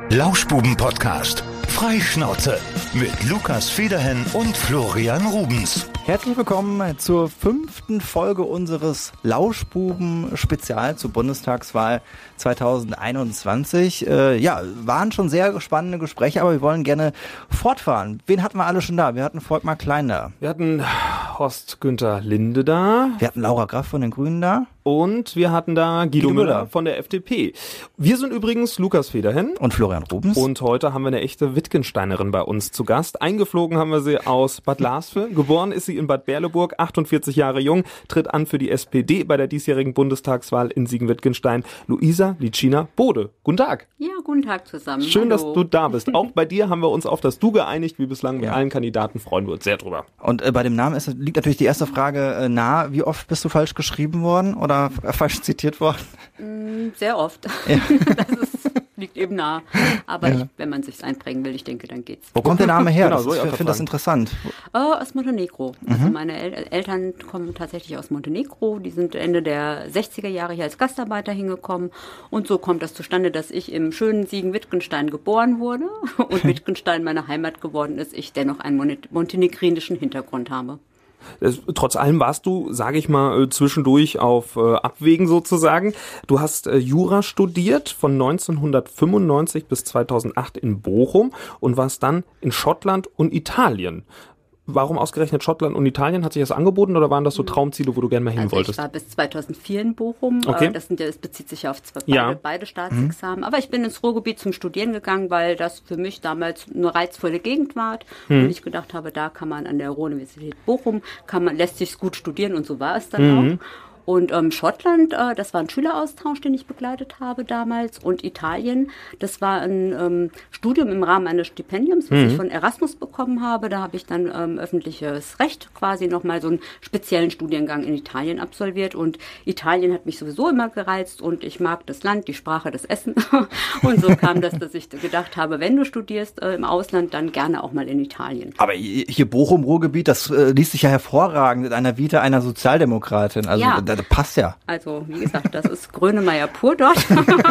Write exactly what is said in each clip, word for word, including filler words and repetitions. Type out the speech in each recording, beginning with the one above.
Lauschbuben-Podcast. Freischnauze mit Lukas Federhen und Florian Rubens. Herzlich willkommen zur fünften Folge unseres Lauschbuben-Spezial zur Bundestagswahl zwanzig einundzwanzig. Äh, ja, waren schon sehr spannende Gespräche, aber wir wollen gerne fortfahren. Wen hatten wir alle schon da? Wir hatten Volkmar Klein da. Wir hatten Horst Günther Linde da. Wir hatten Laura Graf von den Grünen da. Und wir hatten da Guido, Guido Müller. Müller von der F D P. Wir sind übrigens Lukas Federhen. Und Florian Rubens. Und heute haben wir eine echte Wittgensteinerin bei uns zu Gast. Eingeflogen haben wir sie aus Bad Larsve. Geboren ist sie in Bad Berleburg, achtundvierzig Jahre jung, tritt an für die S P D bei der diesjährigen Bundestagswahl in Siegen-Wittgenstein. Luisa Licina Bode. Guten Tag. Ja, guten Tag zusammen. Schön, Hallo. dass du da bist. Auch bei dir haben wir uns auf das Du geeinigt, wie bislang mit ja. allen Kandidaten. Freuen wir uns sehr drüber. Und äh, bei dem Namen ist, liegt natürlich die erste Frage äh, nahe. Wie oft bist du falsch geschrieben worden oder äh, falsch zitiert worden? Mm, sehr oft. Ja. Das ist, liegt eben nah. Aber Ja. ich, wenn man sich's einprägen will, ich denke, dann geht's. Wo kommt der Name her? Genau, Das so ist, ich ich auch finde das fragen. interessant. Äh, aus Montenegro. Also meine El- Eltern kommen tatsächlich aus Montenegro. Die sind Ende der sechziger Jahre hier als Gastarbeiter hingekommen. Und so kommt das zustande, dass ich im schönen Siegen-Wittgenstein geboren wurde und Wittgenstein meine Heimat geworden ist. Ich dennoch einen mon- montenegrinischen Hintergrund habe. Es, trotz allem warst du, sage ich mal, äh, zwischendurch auf äh, Abwägen sozusagen. Du hast äh, Jura studiert von neunzehnhundertfünfundneunzig bis zweitausendacht in Bochum und warst dann in Schottland und Italien. Warum ausgerechnet Schottland und Italien? Hat sich das angeboten oder waren das so Traumziele, wo du gerne mal hin Also wolltest? ich war bis zweitausendvier in Bochum. Okay. Das sind ja, das bezieht sich ja auf zwei, Ja. beide, beide Staatsexamen. Aber ich bin ins Ruhrgebiet zum Studieren gegangen, weil das für mich damals eine reizvolle Gegend war. Und ich gedacht habe, da kann man an der Ruhr-Universität Bochum, kann man, lässt sich's gut studieren und so war es dann auch. Und ähm, Schottland, äh, das war ein Schüleraustausch, den ich begleitet habe damals. Und Italien, das war ein ähm, Studium im Rahmen eines Stipendiums, was ich von Erasmus bekommen habe. Da habe ich dann ähm, öffentliches Recht quasi nochmal so einen speziellen Studiengang in Italien absolviert. Und Italien hat mich sowieso immer gereizt und ich mag das Land, die Sprache, das Essen. Und so kam das, dass ich gedacht habe, wenn du studierst äh, im Ausland, dann gerne auch mal in Italien. Aber hier Bochum, Ruhrgebiet, das äh, liest sich ja hervorragend in einer Vita einer Sozialdemokratin. Also Ja. da, da passt ja. Also, wie gesagt, das ist Grönemeyer pur dort.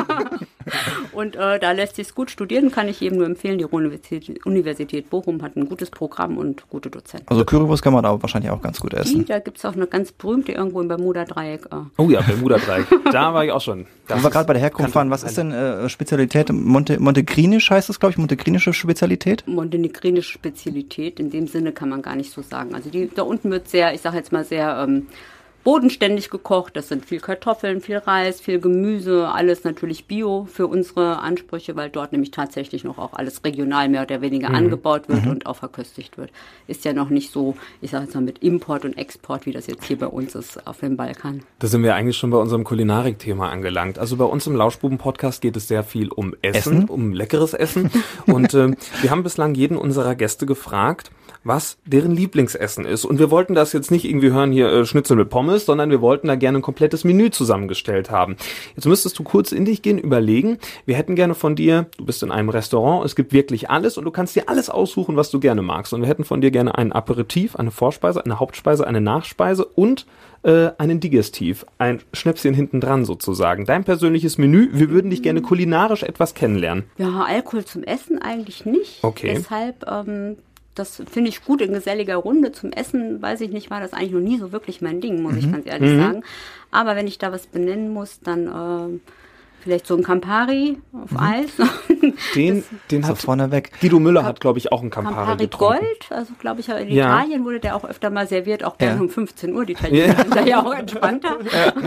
Und äh, da lässt sich's gut studieren, kann ich jedem nur empfehlen. Die Universität, Universität Bochum hat ein gutes Programm und gute Dozenten. Also Currywurst kann man da wahrscheinlich auch ganz gut Die, essen. da gibt's auch eine ganz berühmte irgendwo im Bermuda-Dreieck. Äh. Oh ja, Bermuda-Dreieck. Da war ich auch schon. Das Wo wir ist- gerade bei der Herkunft waren, was ist denn äh, Spezialität? Monte, Montegrinisch heißt es, glaube ich, montegrinische Spezialität? Montenegrinische Spezialität, in dem Sinne kann man gar nicht so sagen. Also die, da unten wird sehr, ich sage jetzt mal sehr ähm, bodenständig gekocht. Das sind viel Kartoffeln, viel Reis, viel Gemüse, alles natürlich bio für unsere Ansprüche, weil dort nämlich tatsächlich noch auch alles regional mehr oder weniger angebaut wird und auch verköstigt wird. Ist ja noch nicht so, ich sage jetzt mal mit Import und Export, wie das jetzt hier bei uns ist auf dem Balkan. Da sind wir eigentlich schon bei unserem Kulinarik-Thema angelangt. Also bei uns im Lauschbuben-Podcast geht es sehr viel um Essen, Essen? um leckeres Essen. Und äh, wir haben bislang jeden unserer Gäste gefragt, was deren Lieblingsessen ist. Und wir wollten das jetzt nicht irgendwie hören, hier äh, Schnitzel mit Pommes, sondern wir wollten da gerne ein komplettes Menü zusammengestellt haben. Jetzt müsstest du kurz in dich gehen, überlegen. Wir hätten gerne von dir, du bist in einem Restaurant, es gibt wirklich alles und du kannst dir alles aussuchen, was du gerne magst. Und wir hätten von dir gerne ein Aperitif, eine Vorspeise, eine Hauptspeise, eine Nachspeise und äh, einen Digestiv, ein Schnäpschen hinten dran sozusagen. Dein persönliches Menü, wir würden dich gerne kulinarisch etwas kennenlernen. Ja, Alkohol zum Essen eigentlich nicht. Okay. Deshalb, ähm, das finde ich gut in geselliger Runde. Zum Essen, weiß ich nicht, war das eigentlich noch nie so wirklich mein Ding, muss ich ganz ehrlich sagen. Aber wenn ich da was benennen muss, dann äh, vielleicht so ein Campari auf Eis. Den, den So hat vorne weg. Guido Müller hat, glaube ich, auch einen Campari, Campari getrunken. Gold, also glaube ich, in Ja. Italien wurde der auch öfter mal serviert, auch gerne Ja. um fünfzehn Uhr. Die Italiener Ja. sind da ja auch entspannter.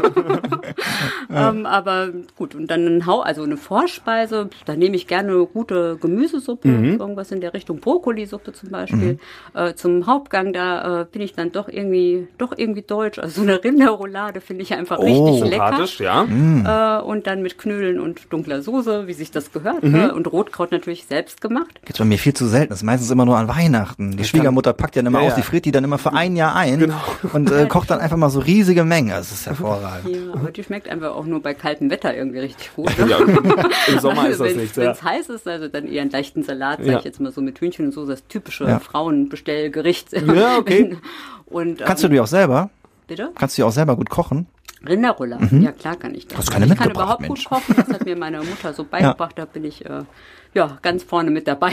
ähm, aber gut, und dann ein Hau, also eine Vorspeise, da nehme ich gerne eine gute Gemüsesuppe, irgendwas in der Richtung Brokkolisuppe zum Beispiel. Äh, zum Hauptgang, da äh, bin ich dann doch irgendwie, doch irgendwie deutsch. Also so eine Rinderroulade finde ich einfach Oh. richtig lecker. Sympathisch, ja. Äh, und dann mit Knödeln und dunkler Soße, wie sich das gehört. Äh, und Rotkraut natürlich selbst gemacht. Gibt's bei mir viel zu selten. Das ist meistens immer nur an Weihnachten. Die Schwiegermutter packt ja immer Ja, aus, ja. die friert die dann immer für ein Jahr ein Genau. und äh, kocht dann einfach mal so riesige Mengen. Das ist hervorragend. Ja, aber die schmeckt einfach auch nur bei kaltem Wetter irgendwie richtig gut. Ne? Ja, im Sommer ist das Wenn nichts, ja. es heiß ist, also dann eher einen leichten Salat, sag Ja. ich jetzt mal so mit Hühnchen und so, das typische Ja. Frauenbestellgericht. Ja, okay. Und, Kannst du ähm, die auch selber? bitte? Kannst du die auch selber gut kochen? Rinderroller, mhm. ja klar kann ich das. Das kann ich ich kann überhaupt Mensch. gut kochen, das hat mir meine Mutter so beigebracht, ja. Da bin ich äh, ja ganz vorne mit dabei.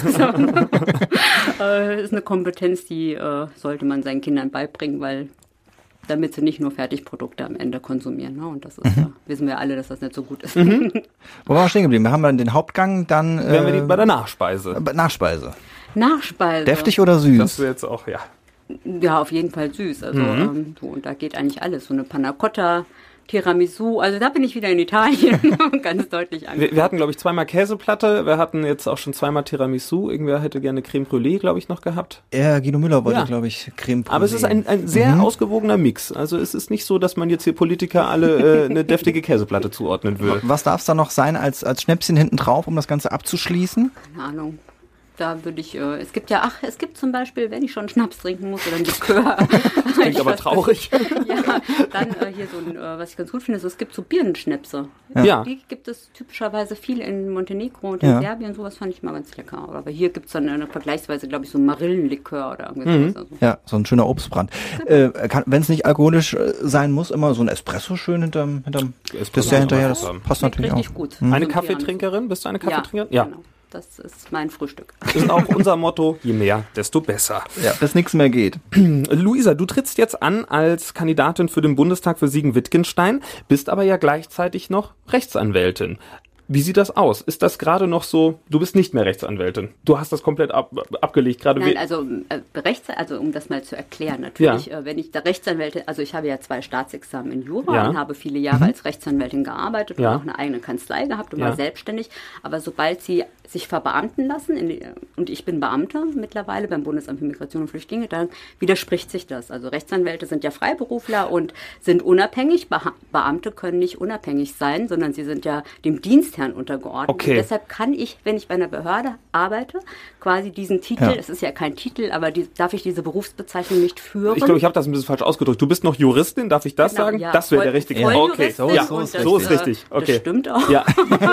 äh, ist eine Kompetenz, die äh, sollte man seinen Kindern beibringen, weil damit sie nicht nur Fertigprodukte am Ende konsumieren. Ne? Und das ist, mhm. ja, wissen wir alle, dass das nicht so gut ist. Mhm. Wo waren wir stehen geblieben? Wir haben dann den Hauptgang, dann... Äh, Wären wir die bei der Nachspeise. Nachspeise. Nachspeise. Deftig oder süß? Das wäre jetzt auch, ja. Ja, auf jeden Fall süß. Also, mhm. ähm, so, und da geht eigentlich alles. So eine Panna Cotta, Tiramisu, also da bin ich wieder in Italien ganz deutlich angekommen. Wir, wir hatten, glaube ich, zweimal Käseplatte, wir hatten jetzt auch schon zweimal Tiramisu. Irgendwer hätte gerne Creme Brûlée, glaube ich, noch gehabt. Ja, Guido Müller wollte, ja. glaube ich, Creme Brûlée. Aber es ist ein, ein sehr mhm. ausgewogener Mix. Also es ist nicht so, dass man jetzt hier Politiker alle äh, eine deftige Käseplatte zuordnen will. Was darf es da noch sein als, als Schnäpschen hinten drauf, um das Ganze abzuschließen? Keine Ahnung. Da würde ich, äh, es gibt ja, ach, es gibt zum Beispiel, wenn ich schon Schnaps trinken muss oder ein Likör. Das klingt aber traurig. Ja, dann äh, hier so ein, äh, was ich ganz gut finde, so, es gibt so Birnenschnäpse. Ja. Die gibt es typischerweise viel in Montenegro und in ja. Serbien, sowas fand ich mal ganz lecker. Aber hier gibt es dann eine, vergleichsweise, glaube ich, so ein Marillenlikör oder irgendwas. Mhm. Also. Ja, so ein schöner Obstbrand. Genau. Äh, wenn es nicht alkoholisch äh, sein muss, immer so ein Espresso schön hinterm, hinterm Dessert hinterher, das passt natürlich richtig auch. Gut. Mhm. Eine Kaffeetrinkerin? Bist du eine Kaffeetrinkerin? Ja, genau. Das ist mein Frühstück. Das ist auch unser Motto, je mehr, desto besser. Ja, bis nichts mehr geht. Luisa, du trittst jetzt an als Kandidatin für den Bundestag für Siegen-Wittgenstein, bist aber ja gleichzeitig noch Rechtsanwältin. Wie sieht das aus? Ist das gerade noch so, du bist nicht mehr Rechtsanwältin? Du hast das komplett ab, abgelegt gerade. Nein, also äh, Rechts, also um das mal zu erklären, natürlich, ja. äh, wenn ich da Rechtsanwältin, also ich habe ja zwei Staatsexamen in Jura ja. und habe viele Jahre mhm. als Rechtsanwältin gearbeitet ja. und auch eine eigene Kanzlei gehabt und ja. war selbstständig. Aber sobald sie sich verbeamten lassen, in die, und ich bin Beamter mittlerweile beim Bundesamt für Migration und Flüchtlinge, dann widerspricht sich das. Also Rechtsanwälte sind ja Freiberufler und sind unabhängig. Be- Beamte können nicht unabhängig sein, sondern sie sind ja dem Dienstherrn untergeordnet. Okay. Und deshalb kann ich, wenn ich bei einer Behörde arbeite, quasi diesen Titel, ja. es ist ja kein Titel, aber die, darf ich diese Berufsbezeichnung nicht führen. Ich glaube, ich habe das ein bisschen falsch ausgedrückt. Du bist noch Juristin, darf ich das genau, sagen? Ja, das wäre der richtige. Ja. Okay, so, ja, so, ist, das, so ist richtig. Okay. Das stimmt auch. Ja.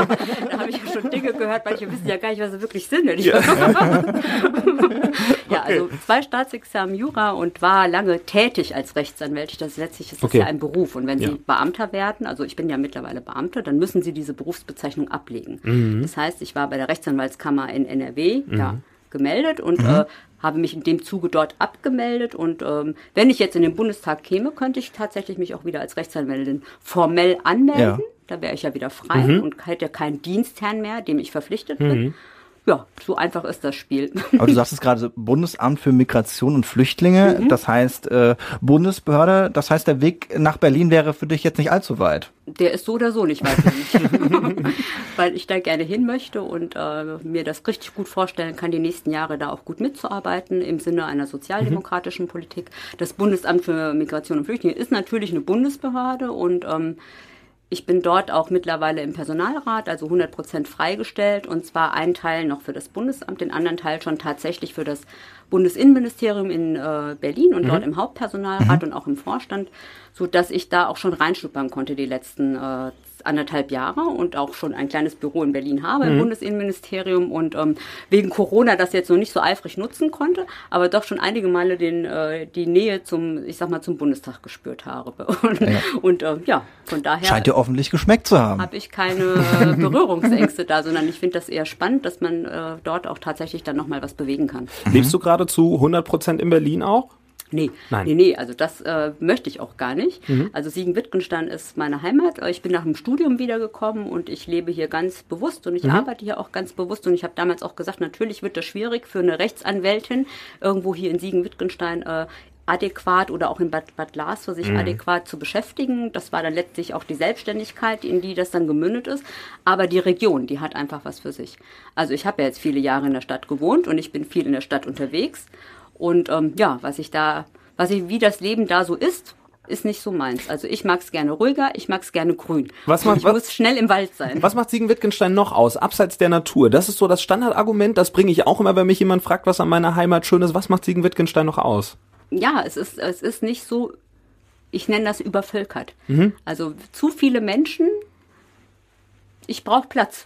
Da habe ich ja schon Dinge gehört, manche wissen ja gar nicht, was sie wirklich sind. Wenn ich ja. ja, also zwei Staatsexamen Jura und war lange tätig als Rechtsanwältin. Das letztlich ist das okay. ja ein Beruf. Und wenn ja. Sie Beamter werden, also ich bin ja mittlerweile Beamter, dann müssen Sie diese Berufsbezeichnung ablegen. Mhm. Das heißt, ich war bei der Rechtsanwaltskammer in N R W mhm. ja, gemeldet und mhm. äh, habe mich in dem Zuge dort abgemeldet. Und ähm, wenn ich jetzt in den Bundestag käme, könnte ich tatsächlich mich auch wieder als Rechtsanwältin formell anmelden. Ja. Da wäre ich ja wieder frei mhm. und hätte keinen Dienstherrn mehr, dem ich verpflichtet mhm. bin. Ja, so einfach ist das Spiel. Aber du sagst es gerade, Bundesamt für Migration und Flüchtlinge, mhm. das heißt äh, Bundesbehörde, das heißt, der Weg nach Berlin wäre für dich jetzt nicht allzu weit. Der ist so oder so nicht weit für mich, weil ich da gerne hin möchte und äh, mir das richtig gut vorstellen kann, die nächsten Jahre da auch gut mitzuarbeiten im Sinne einer sozialdemokratischen mhm. Politik. Das Bundesamt für Migration und Flüchtlinge ist natürlich eine Bundesbehörde und ähm, ich bin dort auch mittlerweile im Personalrat, also hundert Prozent freigestellt und zwar einen Teil noch für das Bundesamt, den anderen Teil schon tatsächlich für das Bundesinnenministerium in äh, Berlin und mhm. dort im Hauptpersonalrat mhm. und auch im Vorstand, sodass ich da auch schon reinschnuppern konnte die letzten äh, anderthalb Jahre und auch schon ein kleines Büro in Berlin habe, mhm. im Bundesinnenministerium und ähm, wegen Corona das jetzt noch nicht so eifrig nutzen konnte, aber doch schon einige Male den, äh, die Nähe zum, ich sag mal, zum Bundestag gespürt habe. Und ja, und, äh, ja von daher... Scheint dir offensichtlich geschmeckt zu haben. Habe ich keine Berührungsängste da, sondern ich finde das eher spannend, dass man äh, dort auch tatsächlich dann nochmal was bewegen kann. Mhm. Lebst du gerade zu hundert Prozent in Berlin auch? Nee, Nein. nee, nee, also das äh, möchte ich auch gar nicht. Mhm. Also Siegen-Wittgenstein ist meine Heimat. Ich bin nach dem Studium wiedergekommen und ich lebe hier ganz bewusst und ich mhm. arbeite hier auch ganz bewusst. Und ich habe damals auch gesagt, natürlich wird das schwierig für eine Rechtsanwältin, irgendwo hier in Siegen-Wittgenstein äh, adäquat oder auch in Bad, Bad Lars für sich mhm. adäquat zu beschäftigen. Das war dann letztlich auch die Selbstständigkeit, in die das dann gemündet ist. Aber die Region, die hat einfach was für sich. Also ich habe ja jetzt viele Jahre in der Stadt gewohnt und ich bin viel in der Stadt unterwegs. Und ähm, ja, was ich da, was ich, wie das Leben da so ist, ist nicht so meins. Also ich mag es gerne ruhiger, ich mag es gerne grün. Was macht, ich was, muss schnell im Wald sein. Was macht Siegen-Wittgenstein noch aus, abseits der Natur? Das ist so das Standardargument, das bringe ich auch immer, wenn mich jemand fragt, was an meiner Heimat schön ist. Was macht Siegen-Wittgenstein noch aus? Ja, es ist, es ist nicht so, ich nenne das übervölkert. Mhm. Also zu viele Menschen, ich brauche Platz.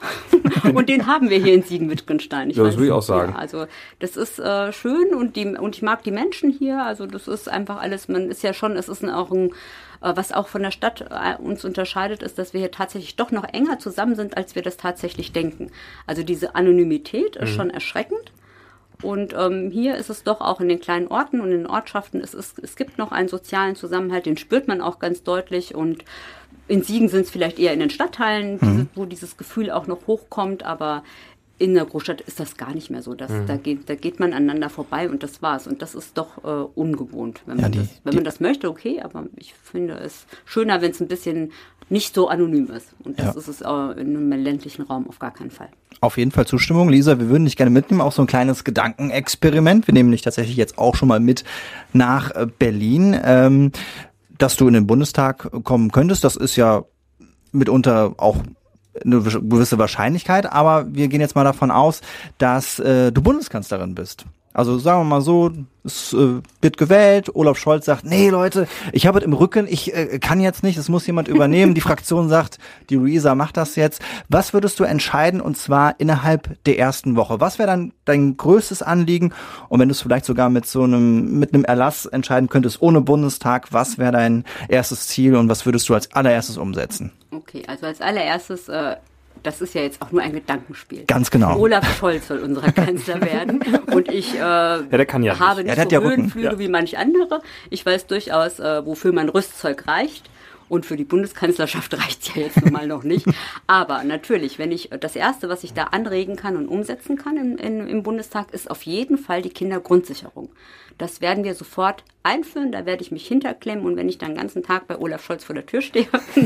Und den haben wir hier in Siegen-Wittgenstein. Ich Ja, das weiß würde ich auch nicht, sagen. Ja, also das ist äh, schön und die und ich mag die Menschen hier. Also das ist einfach alles. Man ist ja schon. Es ist ein, auch ein äh, was auch von der Stadt äh, uns unterscheidet, ist, dass wir hier tatsächlich doch noch enger zusammen sind, als wir das tatsächlich denken. Also diese Anonymität ist mhm. schon erschreckend. Und ähm, hier ist es doch auch in den kleinen Orten und in den Ortschaften, es, ist, es gibt noch einen sozialen Zusammenhalt, den spürt man auch ganz deutlich. Und in Siegen sind es vielleicht eher in den Stadtteilen, mhm. diese, wo dieses Gefühl auch noch hochkommt, aber in der Großstadt ist das gar nicht mehr so. Das, mhm. da, geht, da geht man aneinander vorbei und das war's. Und das ist doch äh, ungewohnt. Wenn, man, ja, die, das, wenn man das möchte, okay, aber ich finde es schöner, wenn es ein bisschen nicht so anonym ist. Und das ja. ist es äh, in einem ländlichen Raum auf gar keinen Fall. Auf jeden Fall Zustimmung. Lisa, wir würden dich gerne mitnehmen, auch so ein kleines Gedankenexperiment. Wir nehmen dich tatsächlich jetzt auch schon mal mit nach Berlin. Ähm, dass du in den Bundestag kommen könntest, das ist ja mitunter auch eine gewisse Wahrscheinlichkeit, aber wir gehen jetzt mal davon aus, dass äh, du Bundeskanzlerin bist. Also sagen wir mal so, es äh, wird gewählt, Olaf Scholz sagt, nee Leute, ich habe es im Rücken, ich äh, kann jetzt nicht, es muss jemand übernehmen. Die Fraktion sagt, die Luisa macht das jetzt. Was würdest du entscheiden und zwar innerhalb der ersten Woche? Was wäre dann dein größtes Anliegen? Und wenn du es vielleicht sogar mit so einem mit einem Erlass entscheiden könntest, ohne Bundestag, was wäre dein erstes Ziel und was würdest du als allererstes umsetzen? Okay, also als allererstes äh das ist ja jetzt auch nur ein Gedankenspiel. Ganz genau. Olaf Scholz soll unser Kanzler werden. Und ich äh, ja, der kann ja habe nicht, nicht ja, so Höhenflüge ja. wie manch andere. Ich weiß durchaus, äh, wofür mein Rüstzeug reicht. Und für die Bundeskanzlerschaft reicht es ja jetzt nun mal noch nicht. Aber natürlich, wenn ich das Erste, was ich da anregen kann und umsetzen kann in, in, im Bundestag, ist auf jeden Fall die Kindergrundsicherung. Das werden wir sofort einführen, da werde ich mich hinterklemmen und wenn ich dann den ganzen Tag bei Olaf Scholz vor der Tür stehe,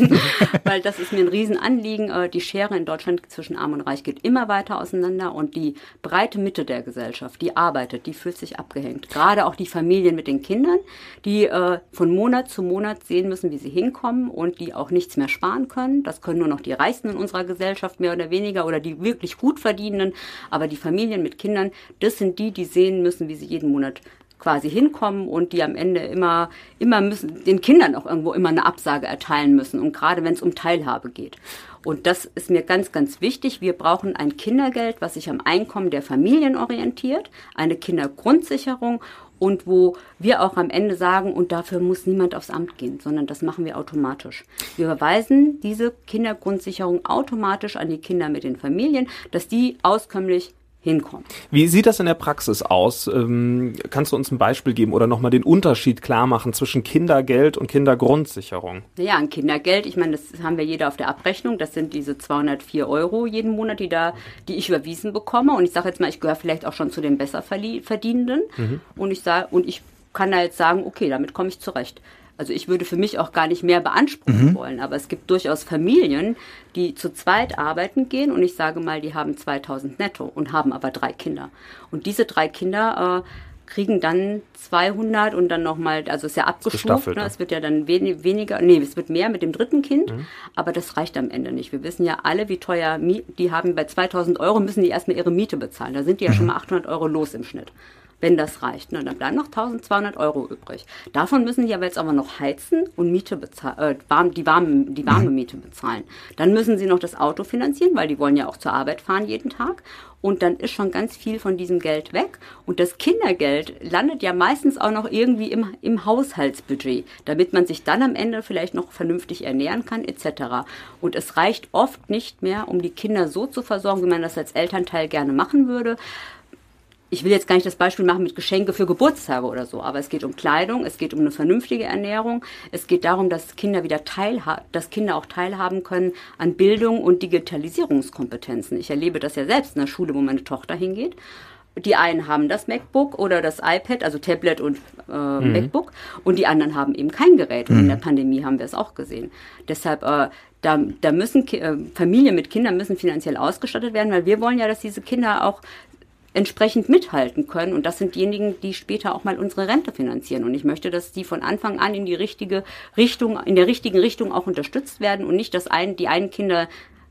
weil das ist mir ein Riesenanliegen. Die Schere in Deutschland zwischen Arm und Reich geht immer weiter auseinander und die breite Mitte der Gesellschaft, die arbeitet, die fühlt sich abgehängt. Gerade auch die Familien mit den Kindern, die äh, von Monat zu Monat sehen müssen, wie sie hinkommen und die auch nichts mehr sparen können. Das können nur noch die Reichsten in unserer Gesellschaft mehr oder weniger oder die wirklich gut verdienenden. Aber die Familien mit Kindern, das sind die, die sehen müssen, wie sie jeden Monat quasi hinkommen und die am Ende immer, immer müssen, den Kindern auch irgendwo immer eine Absage erteilen müssen. Und gerade wenn es um Teilhabe geht. Und das ist mir ganz, ganz wichtig. Wir brauchen ein Kindergeld, was sich am Einkommen der Familien orientiert, eine Kindergrundsicherung und wo wir auch am Ende sagen, und dafür muss niemand aufs Amt gehen, sondern das machen wir automatisch. Wir überweisen diese Kindergrundsicherung automatisch an die Kinder mit den Familien, dass die auskömmlich hinkommen. Wie sieht das in der Praxis aus? Ähm, kannst du uns ein Beispiel geben oder nochmal den Unterschied klar machen zwischen Kindergeld und Kindergrundsicherung? Naja, ein Kindergeld, ich meine, das haben wir jeder auf der Abrechnung, das sind diese zweihundertvier Euro jeden Monat, die da, die ich überwiesen bekomme und ich sage jetzt mal, ich gehöre vielleicht auch schon zu den Besserverdienenden mhm. und ich sage, und ich kann da jetzt sagen, okay, damit komme ich zurecht. Also ich würde für mich auch gar nicht mehr beanspruchen mhm. wollen, aber es gibt durchaus Familien, die zu zweit arbeiten gehen und ich sage mal, die haben zweitausend netto und haben aber drei Kinder. Und diese drei Kinder äh, kriegen dann zweihundert und dann nochmal, also es ist ja abgestuft, ne? Ne? Es wird ja dann wen, weniger, nee, es wird mehr mit dem dritten Kind, mhm. aber das reicht am Ende nicht. Wir wissen ja alle, wie teuer, die haben bei zweitausend Euro, müssen die erstmal ihre Miete bezahlen. Da sind die ja mhm. schon mal achthundert Euro los im Schnitt. Wenn das reicht. Ne? Dann bleiben noch eintausendzweihundert Euro übrig. Davon müssen die aber jetzt aber noch heizen und Miete bezahlen, äh, warm, die, warme, die warme Miete bezahlen. Dann müssen sie noch das Auto finanzieren, weil die wollen ja auch zur Arbeit fahren jeden Tag. Und dann ist schon ganz viel von diesem Geld weg. Und das Kindergeld landet ja meistens auch noch irgendwie im, im Haushaltsbudget, damit man sich dann am Ende vielleicht noch vernünftig ernähren kann, et cetera. Und es reicht oft nicht mehr, um die Kinder so zu versorgen, wie man das als Elternteil gerne machen würde. Ich will jetzt gar nicht das Beispiel machen mit Geschenke für Geburtstage oder so, aber es geht um Kleidung, es geht um eine vernünftige Ernährung, es geht darum, dass Kinder wieder teilha- dass Kinder auch teilhaben können an Bildung und Digitalisierungskompetenzen. Ich erlebe das ja selbst in der Schule, wo meine Tochter hingeht. Die einen haben das MacBook oder das iPad, also Tablet und äh, mhm. MacBook, und die anderen haben eben kein Gerät. Und mhm. in der Pandemie haben wir es auch gesehen. Deshalb äh, Da, da müssen äh, Familien mit Kindern müssen finanziell ausgestattet werden, weil wir wollen ja, dass diese Kinder auch entsprechend mithalten können. Und das sind diejenigen, die später auch mal unsere Rente finanzieren. Und ich möchte, dass die von Anfang an in die richtige Richtung, in der richtigen Richtung auch unterstützt werden und nicht, dass ein, die einen Kinder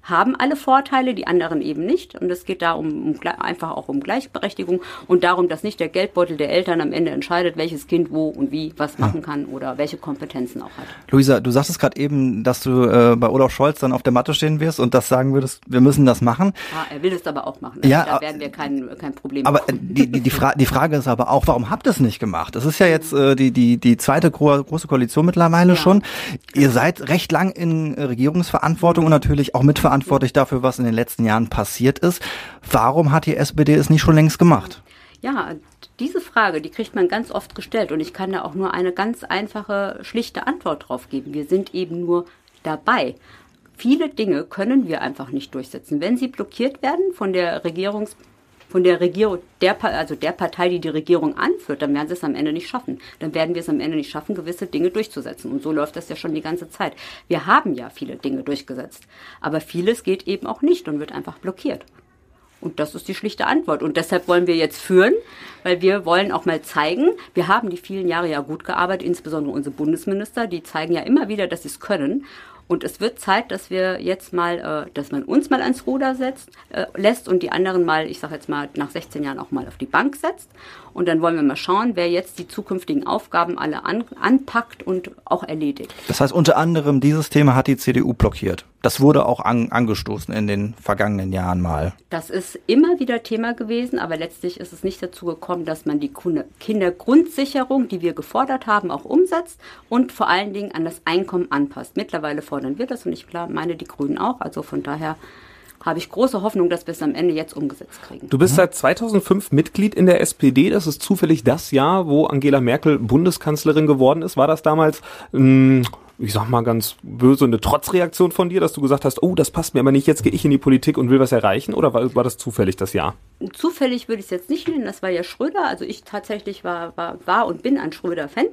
haben alle Vorteile, die anderen eben nicht. Und es geht da um, um einfach auch um Gleichberechtigung und darum, dass nicht der Geldbeutel der Eltern am Ende entscheidet, welches Kind wo und wie was machen ja. kann oder welche Kompetenzen auch hat. Luisa, du sagtest gerade eben, dass du äh, bei Olaf Scholz dann auf der Matte stehen wirst und das sagen würdest, wir müssen das machen. Ja, er will es aber auch machen. Also ja, da werden wir kein, kein Problem aber haben. Die, die, die, Fra- die Frage ist aber auch, warum habt ihr es nicht gemacht? Das ist ja jetzt äh, die, die, die zweite gro- große Koalition mittlerweile ja. schon. Ihr seid recht lang in äh, Regierungsverantwortung und natürlich auch mitverantwortlich dafür, was in den letzten Jahren passiert ist. Warum hat die S P D es nicht schon längst gemacht? Ja, diese Frage, die kriegt man ganz oft gestellt und ich kann da auch nur eine ganz einfache, schlichte Antwort drauf geben. Wir sind eben nur dabei. Viele Dinge können wir einfach nicht durchsetzen. Wenn sie blockiert werden von der Regierungs von der Regierung, der, also der Partei, die die Regierung anführt, dann werden sie es am Ende nicht schaffen. Dann werden wir es am Ende nicht schaffen, gewisse Dinge durchzusetzen. Und so läuft das ja schon die ganze Zeit. Wir haben ja viele Dinge durchgesetzt. Aber vieles geht eben auch nicht und wird einfach blockiert. Und das ist die schlichte Antwort. Und deshalb wollen wir jetzt führen, weil wir wollen auch mal zeigen, wir haben die vielen Jahre ja gut gearbeitet, insbesondere unsere Bundesminister, die zeigen ja immer wieder, dass sie es können. Und es wird Zeit, dass wir jetzt mal, äh, dass man uns mal ans Ruder setzt, äh, lässt und die anderen mal, ich sage jetzt mal, nach sechzehn Jahren auch mal auf die Bank setzt. Und dann wollen wir mal schauen, wer jetzt die zukünftigen Aufgaben alle an, anpackt und auch erledigt. Das heißt, unter anderem dieses Thema hat die C D U blockiert. Das wurde auch an, angestoßen in den vergangenen Jahren mal. Das ist immer wieder Thema gewesen, aber letztlich ist es nicht dazu gekommen, dass man die Kindergrundsicherung, die wir gefordert haben, auch umsetzt und vor allen Dingen an das Einkommen anpasst. Mittlerweile fordern wir das und ich meine die Grünen auch. Also von daher habe ich große Hoffnung, dass wir es am Ende jetzt umgesetzt kriegen. Du bist seit zweitausendfünf Mitglied in der S P D. Das ist zufällig das Jahr, wo Angela Merkel Bundeskanzlerin geworden ist. War das damals, mh, ich sag mal ganz böse, eine Trotzreaktion von dir, dass du gesagt hast, oh, das passt mir aber nicht, jetzt gehe ich in die Politik und will was erreichen? Oder war, war das zufällig das Jahr? Zufällig würde ich es jetzt nicht nennen. Das war ja Schröder. Also ich tatsächlich war, war, war und bin ein Schröder-Fan.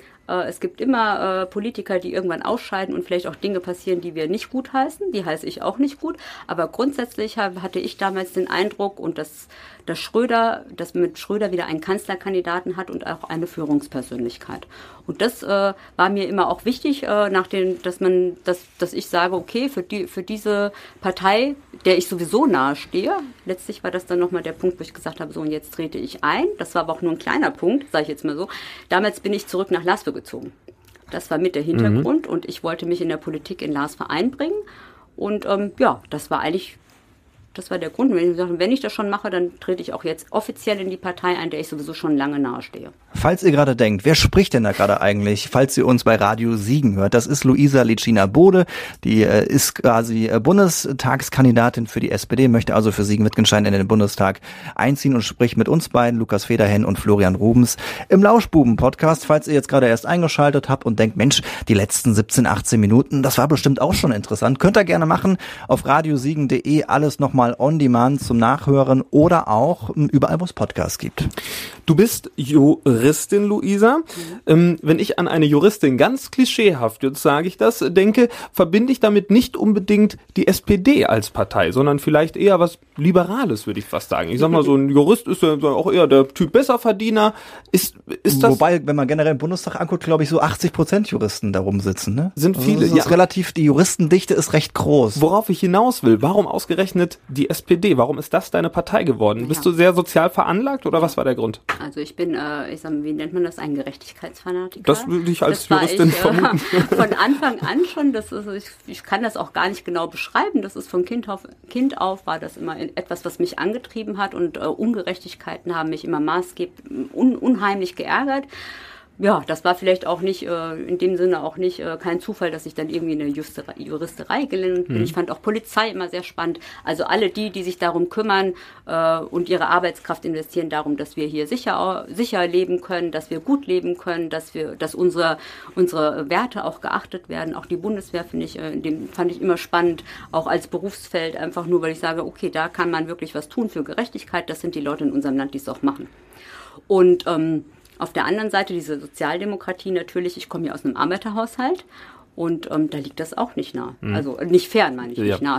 Es gibt immer äh, Politiker, die irgendwann ausscheiden und vielleicht auch Dinge passieren, die wir nicht gut heißen. Die heiße ich auch nicht gut. Aber grundsätzlich hab, hatte ich damals den Eindruck, und dass, dass Schröder, dass man mit Schröder wieder einen Kanzlerkandidaten hat und auch eine Führungspersönlichkeit. Und das äh, war mir immer auch wichtig, äh, nach den, dass man, dass, dass ich sage, okay, für die, für diese Partei, der ich sowieso nahe stehe. Letztlich war das dann nochmal der Punkt, wo ich gesagt habe, so, und jetzt trete ich ein. Das war aber auch nur ein kleiner Punkt, sage ich jetzt mal so. Damals bin ich zurück nach Laswe gezogen. Das war mit der Hintergrund mhm. und ich wollte mich in der Politik in Laswe einbringen. Und ähm, ja, das war eigentlich, das war der Grund. Wenn ich, wenn ich das schon mache, dann trete ich auch jetzt offiziell in die Partei ein, der ich sowieso schon lange nahestehe. Falls ihr gerade denkt, wer spricht denn da gerade eigentlich, falls ihr uns bei Radio Siegen hört, das ist Luisa Licina-Bode, die äh, ist quasi äh, Bundestagskandidatin für die S P D, möchte also für Siegen-Wittgenstein in den Bundestag einziehen und spricht mit uns beiden, Lukas Federhen und Florian Rubens, im Lauschbuben-Podcast. Falls ihr jetzt gerade erst eingeschaltet habt und denkt, Mensch, die letzten siebzehn, achtzehn Minuten, das war bestimmt auch schon interessant, könnt ihr gerne machen, auf radiosiegen punkt de, alles nochmal on demand zum Nachhören oder auch überall, wo es Podcasts gibt. Du bist Juristin, Luisa. Mhm. Ähm, wenn ich an eine Juristin ganz klischeehaft, jetzt sage ich das, denke, verbinde ich damit nicht unbedingt die S P D als Partei, sondern vielleicht eher was Liberales, würde ich fast sagen. Ich sag mal, so ein Jurist ist ja auch eher der Typ Besserverdiener. Ist, ist das? Wobei, wenn man generell im Bundestag anguckt, glaube ich, so achtzig Prozent Juristen da rumsitzen, ne? Sind viele. Also das ist ja. relativ, die Juristendichte ist recht groß. Worauf ich hinaus will, warum ausgerechnet die S P D? Warum ist das deine Partei geworden? Ja. Bist du sehr sozial veranlagt oder was war der Grund? Also ich bin, äh, ich sag mal, wie nennt man das, ein Gerechtigkeitsfanatiker. Das würde ich als das Juristin ich, vermuten. Äh, von Anfang an schon, das ist, ich, ich kann das auch gar nicht genau beschreiben, das ist von Kind auf, kind auf war das immer etwas, was mich angetrieben hat und äh, Ungerechtigkeiten haben mich immer maßgeblich, un, unheimlich geärgert. Ja, das war vielleicht auch nicht, äh, in dem Sinne auch nicht, äh, kein Zufall, dass ich dann irgendwie in eine Justerei, Juristerei gelandet bin. Mhm. Ich fand auch Polizei immer sehr spannend. Also alle die, die sich darum kümmern äh, und ihre Arbeitskraft investieren darum, dass wir hier sicher, sicher leben können, dass wir gut leben können, dass wir, dass unsere, unsere Werte auch geachtet werden. Auch die Bundeswehr finde ich, äh, in dem fand ich immer spannend, auch als Berufsfeld, einfach nur, weil ich sage, okay, da kann man wirklich was tun für Gerechtigkeit. Das sind die Leute in unserem Land, die es auch machen. Und, ähm, auf der anderen Seite diese Sozialdemokratie natürlich, ich komme ja aus einem Arbeiterhaushalt Und ähm, da liegt das auch nicht nah. Mhm. Also nicht fern, meine ich, ja. nicht nah.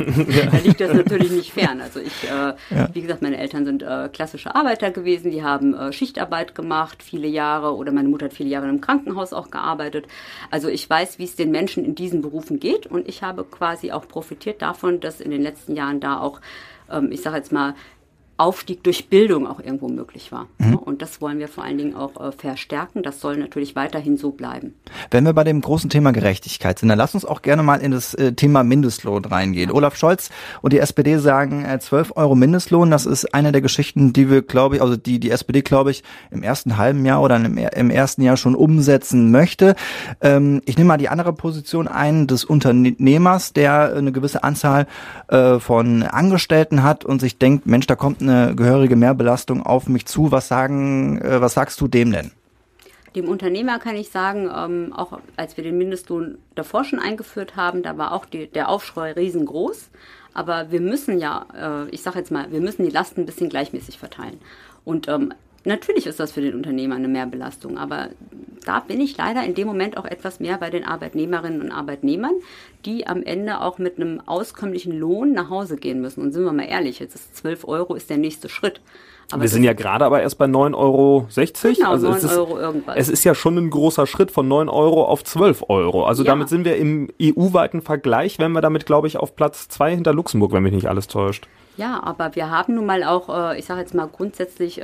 Da liegt das natürlich nicht fern. Also ich, äh, ja. wie gesagt, meine Eltern sind äh, klassische Arbeiter gewesen, die haben äh, Schichtarbeit gemacht, viele Jahre, oder meine Mutter hat viele Jahre im Krankenhaus auch gearbeitet. Also ich weiß, wie es den Menschen in diesen Berufen geht, und ich habe quasi auch profitiert davon, dass in den letzten Jahren da auch, ähm, ich sage jetzt mal, Aufstieg durch Bildung auch irgendwo möglich war. Mhm. Und das wollen wir vor allen Dingen auch äh, verstärken. Das soll natürlich weiterhin so bleiben. Wenn wir bei dem großen Thema Gerechtigkeit sind, dann lass uns auch gerne mal in das äh, Thema Mindestlohn reingehen. Ja. Olaf Scholz und die S P D sagen äh, zwölf Euro Mindestlohn. Das ist eine der Geschichten, die wir, glaube ich, also die die S P D, glaube ich, im ersten halben Jahr oder im, im ersten Jahr schon umsetzen möchte. Ähm, ich nehme mal die andere Position ein des Unternehmers, der eine gewisse Anzahl äh, von Angestellten hat und sich denkt, Mensch, da kommt eine eine gehörige Mehrbelastung auf mich zu. Was sagen, äh, was sagst du dem denn? Dem Unternehmer kann ich sagen, ähm, auch als wir den Mindestlohn davor schon eingeführt haben, da war auch die, der Aufschrei riesengroß. Aber wir müssen ja, äh, ich sage jetzt mal, wir müssen die Lasten ein bisschen gleichmäßig verteilen. Und ähm, natürlich ist das für den Unternehmer eine Mehrbelastung, aber da bin ich leider in dem Moment auch etwas mehr bei den Arbeitnehmerinnen und Arbeitnehmern, die am Ende auch mit einem auskömmlichen Lohn nach Hause gehen müssen. Und sind wir mal ehrlich, jetzt ist zwölf Euro ist der nächste Schritt. Aber wir sind ja gerade aber erst bei neun Euro sechzig. Genau, also neun es ist, Euro irgendwas. Es ist ja schon ein großer Schritt von neun Euro auf zwölf Euro. Also ja. damit sind wir im E U-weiten Vergleich, wenn wir damit, glaube ich, auf Platz zwei hinter Luxemburg, wenn mich nicht alles täuscht. Ja, aber wir haben nun mal auch, ich sage jetzt mal grundsätzlich,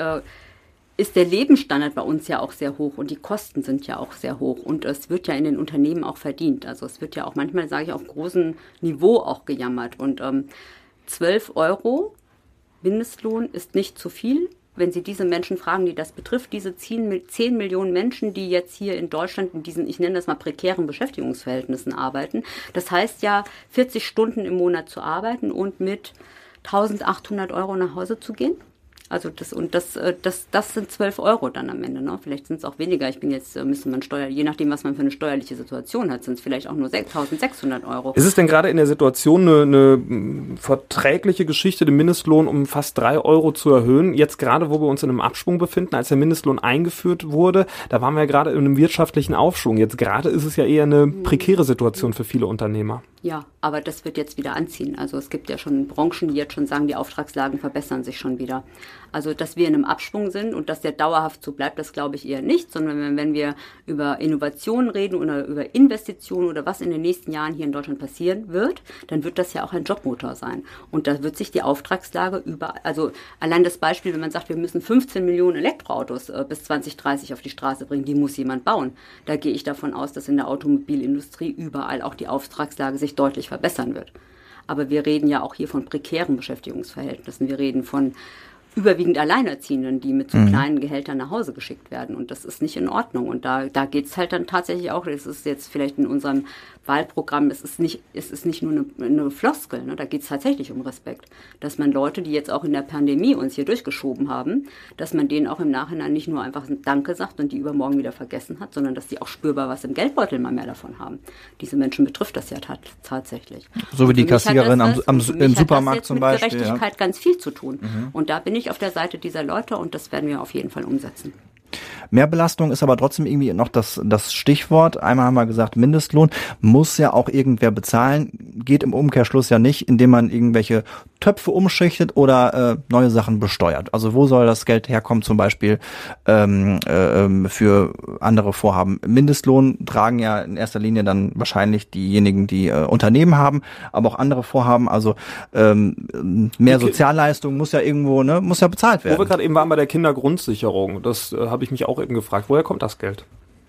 ist der Lebensstandard bei uns ja auch sehr hoch und die Kosten sind ja auch sehr hoch und es wird ja in den Unternehmen auch verdient. Also es wird ja auch manchmal, sage ich, auf großem Niveau auch gejammert. Und ähm, zwölf Euro Mindestlohn ist nicht zu viel. Wenn Sie diese Menschen fragen, die das betrifft, diese zehn Millionen Menschen, die jetzt hier in Deutschland in diesen, ich nenne das mal, prekären Beschäftigungsverhältnissen arbeiten. Das heißt ja, vierzig Stunden im Monat zu arbeiten und mit eintausendachthundert Euro nach Hause zu gehen. Also das und das, das, das sind zwölf Euro dann am Ende, ne? Vielleicht sind es auch weniger. Ich bin jetzt, müsste man Steuer, je nachdem, was man für eine steuerliche Situation hat, sind es vielleicht auch nur eintausendsechshundert Euro. Ist es denn gerade in der Situation eine, eine verträgliche Geschichte, den Mindestlohn um fast drei Euro zu erhöhen? Jetzt gerade, wo wir uns in einem Abschwung befinden, als der Mindestlohn eingeführt wurde, da waren wir ja gerade in einem wirtschaftlichen Aufschwung. Jetzt gerade ist es ja eher eine prekäre Situation für viele Unternehmer. Ja, aber das wird jetzt wieder anziehen. Also es gibt ja schon Branchen, die jetzt schon sagen, die Auftragslagen verbessern sich schon wieder. Also dass wir in einem Abschwung sind und dass der dauerhaft so bleibt, das glaube ich eher nicht, sondern wenn, wenn wir über Innovationen reden oder über Investitionen oder was in den nächsten Jahren hier in Deutschland passieren wird, dann wird das ja auch ein Jobmotor sein. Und da wird sich die Auftragslage überall, also allein das Beispiel, wenn man sagt, wir müssen fünfzehn Millionen Elektroautos äh, bis zwanzig dreißig auf die Straße bringen, die muss jemand bauen. Da gehe ich davon aus, dass in der Automobilindustrie überall auch die Auftragslage sich deutlich verbessern wird. Aber wir reden ja auch hier von prekären Beschäftigungsverhältnissen. Wir reden von überwiegend Alleinerziehenden, die mit so mhm. kleinen Gehältern nach Hause geschickt werden. Und das ist nicht in Ordnung. Und da, da geht es halt dann tatsächlich auch, das ist jetzt vielleicht in unserem Wahlprogramm, es ist nicht, es ist nicht nur eine, eine Floskel, ne? Da geht es tatsächlich um Respekt. Dass man Leute, die jetzt auch in der Pandemie uns hier durchgeschoben haben, dass man denen auch im Nachhinein nicht nur einfach ein Danke sagt und die übermorgen wieder vergessen hat, sondern dass die auch spürbar was im Geldbeutel mal mehr davon haben. Diese Menschen betrifft das ja tat, tatsächlich. So wie die Kassiererin am, am, im Supermarkt zum Beispiel. Mit Gerechtigkeit ja. ganz viel zu tun. Mhm. Und da bin ich auf der Seite dieser Leute und das werden wir auf jeden Fall umsetzen. Mehrbelastung ist aber trotzdem irgendwie noch das, das Stichwort. Einmal haben wir gesagt, Mindestlohn muss ja auch irgendwer bezahlen. Geht im Umkehrschluss ja nicht, indem man irgendwelche Töpfe umschichtet oder äh, neue Sachen besteuert. Also wo soll das Geld herkommen, zum Beispiel ähm, äh, für andere Vorhaben? Mindestlohn tragen ja in erster Linie dann wahrscheinlich diejenigen, die äh, Unternehmen haben, aber auch andere Vorhaben. Also ähm, mehr Sozialleistung muss ja irgendwo, ne, muss ja bezahlt werden. Wo wir gerade eben waren bei der Kindergrundsicherung, das äh, habe ich mich auch eben gefragt. Woher kommt das Geld?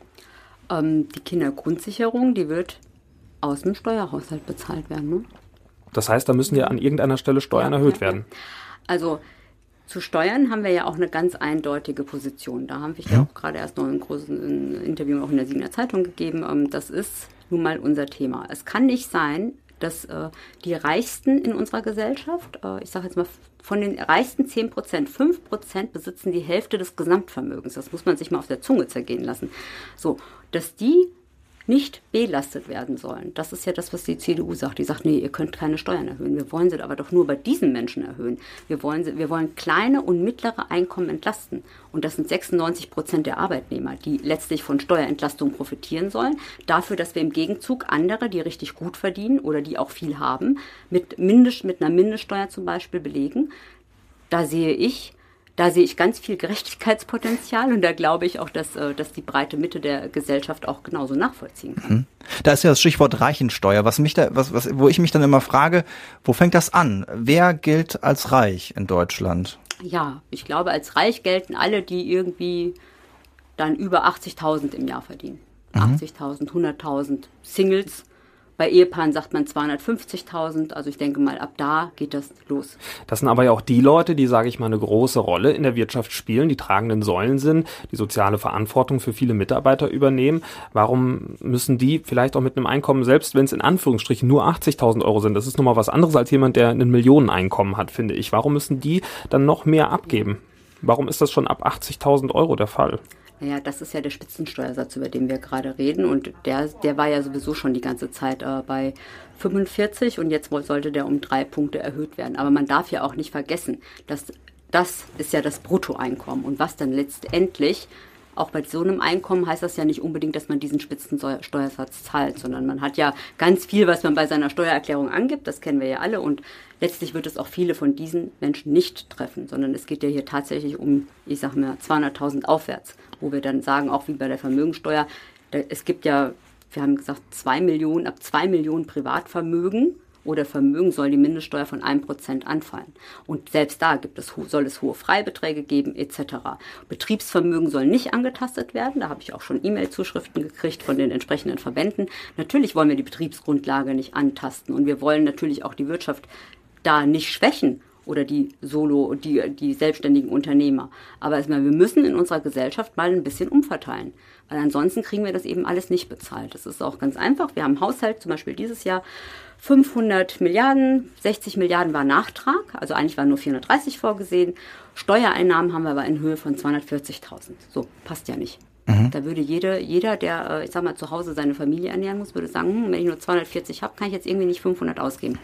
Ähm, die Kindergrundsicherung, die wird aus dem Steuerhaushalt bezahlt werden, ne? Das heißt, da müssen ja an irgendeiner Stelle Steuern ja, erhöht ja, werden. Ja. Also zu Steuern haben wir ja auch eine ganz eindeutige Position. Da haben wir ja auch gerade erst noch ein großes Interview auch in der Siegener Zeitung gegeben. Das ist nun mal unser Thema. Es kann nicht sein, dass äh, die Reichsten in unserer Gesellschaft, äh, ich sage jetzt mal von den reichsten zehn Prozent, fünf Prozent besitzen die Hälfte des Gesamtvermögens. Das muss man sich mal auf der Zunge zergehen lassen. So, dass die nicht belastet werden sollen. Das ist ja das, was die C D U sagt. Die sagt, nee, ihr könnt keine Steuern erhöhen. Wir wollen sie aber doch nur bei diesen Menschen erhöhen. Wir wollen, sie, wir wollen kleine und mittlere Einkommen entlasten. Und das sind sechsundneunzig Prozent der Arbeitnehmer, die letztlich von Steuerentlastung profitieren sollen. Dafür, dass wir im Gegenzug andere, die richtig gut verdienen oder die auch viel haben, mit, Mindest, mit einer Mindeststeuer zum Beispiel belegen. Da sehe ich Da sehe ich ganz viel Gerechtigkeitspotenzial und da glaube ich auch, dass, dass die breite Mitte der Gesellschaft auch genauso nachvollziehen kann. Da ist ja das Stichwort Reichensteuer, was mich da, was, was, wo ich mich dann immer frage, wo fängt das an? Wer gilt als reich in Deutschland? Ja, ich glaube, als reich gelten alle, die irgendwie dann über achtzigtausend im Jahr verdienen. Mhm. achtzigtausend, hunderttausend Singles. Bei Ehepaaren sagt man zweihundertfünfzigtausend, also ich denke mal, ab da geht das los. Das sind aber ja auch die Leute, die, sage ich mal, eine große Rolle in der Wirtschaft spielen, die tragenden Säulen sind, die soziale Verantwortung für viele Mitarbeiter übernehmen. Warum müssen die vielleicht auch mit einem Einkommen, selbst wenn es in Anführungsstrichen nur achtzigtausend Euro sind, das ist nochmal was anderes als jemand, der ein Millioneneinkommen hat, finde ich. Warum müssen die dann noch mehr abgeben? Warum ist das schon ab achtzigtausend Euro der Fall? Naja, das ist ja der Spitzensteuersatz, über den wir gerade reden. Und der, der war ja sowieso schon die ganze Zeit äh, bei fünfundvierzig und jetzt sollte der um drei Punkte erhöht werden. Aber man darf ja auch nicht vergessen, dass das ist ja das Bruttoeinkommen. Und was dann letztendlich, auch bei so einem Einkommen heißt das ja nicht unbedingt, dass man diesen Spitzensteuersatz zahlt, sondern man hat ja ganz viel, was man bei seiner Steuererklärung angibt. Das kennen wir ja alle und letztlich wird es auch viele von diesen Menschen nicht treffen, sondern es geht ja hier tatsächlich um, ich sag mal, zweihunderttausend aufwärts, wo wir dann sagen, auch wie bei der Vermögensteuer, es gibt ja, wir haben gesagt, zwei Millionen, ab zwei Millionen Privatvermögen oder Vermögen soll die Mindeststeuer von einem Prozent anfallen. Und selbst da gibt es, soll es hohe Freibeträge geben, et cetera. Betriebsvermögen soll nicht angetastet werden. Da habe ich auch schon E-Mail-Zuschriften gekriegt von den entsprechenden Verbänden. Natürlich wollen wir die Betriebsgrundlage nicht antasten und wir wollen natürlich auch die Wirtschaft da nicht schwächen oder die Solo, die, die selbstständigen Unternehmer. Aber wir müssen in unserer Gesellschaft mal ein bisschen umverteilen, weil ansonsten kriegen wir das eben alles nicht bezahlt. Das ist auch ganz einfach. Wir haben einen Haushalt, zum Beispiel dieses Jahr fünfhundert Milliarden, sechzig Milliarden war Nachtrag, also eigentlich waren nur vierhundertdreißig vorgesehen. Steuereinnahmen haben wir aber in Höhe von zweihundertvierzigtausend. So, passt ja nicht. Mhm. Da würde jede, jeder, der, ich sag mal, zu Hause seine Familie ernähren muss, würde sagen, hm, wenn ich nur zweihundertvierzig habe, kann ich jetzt irgendwie nicht fünfhundert ausgeben.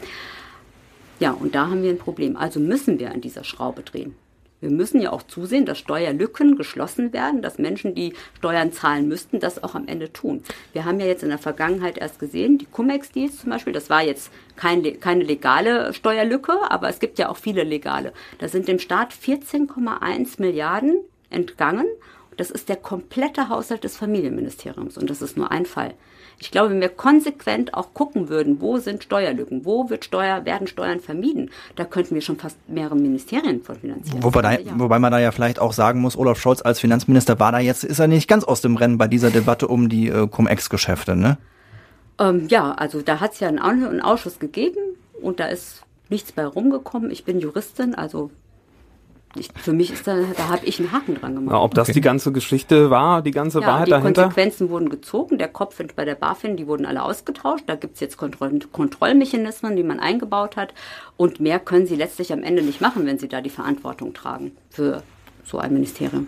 Ja, und da haben wir ein Problem. Also müssen wir an dieser Schraube drehen. Wir müssen ja auch zusehen, dass Steuerlücken geschlossen werden, dass Menschen, die Steuern zahlen müssten, das auch am Ende tun. Wir haben ja jetzt in der Vergangenheit erst gesehen, die Cum-Ex-Deals zum Beispiel, das war jetzt kein, keine legale Steuerlücke, aber es gibt ja auch viele legale. Da sind dem Staat vierzehn Komma eins Milliarden entgangen. Das ist der komplette Haushalt des Familienministeriums und das ist nur ein Fall. Ich glaube, wenn wir konsequent auch gucken würden, wo sind Steuerlücken, wo wird Steuer, werden Steuern vermieden, da könnten wir schon fast mehrere Ministerien von finanzieren. Wobei, da, ja. wobei man da ja vielleicht auch sagen muss, Olaf Scholz als Finanzminister war da jetzt, ist er nicht ganz aus dem Rennen bei dieser Debatte um die äh, Cum-Ex-Geschäfte, ne? Ähm, ja, also da hat es ja einen, einen Ausschuss gegeben und da ist nichts bei rumgekommen. Ich bin Juristin, also Ich, für mich ist da, da habe ich einen Haken dran gemacht. Ja, ob das okay. die ganze Geschichte war, die ganze ja, Wahrheit die dahinter? Die Konsequenzen wurden gezogen, der Kopf bei der BaFin, die wurden alle ausgetauscht. Da gibt es jetzt Kontroll- Kontrollmechanismen, die man eingebaut hat. Und mehr können sie letztlich am Ende nicht machen, wenn sie da die Verantwortung tragen für so ein Ministerium.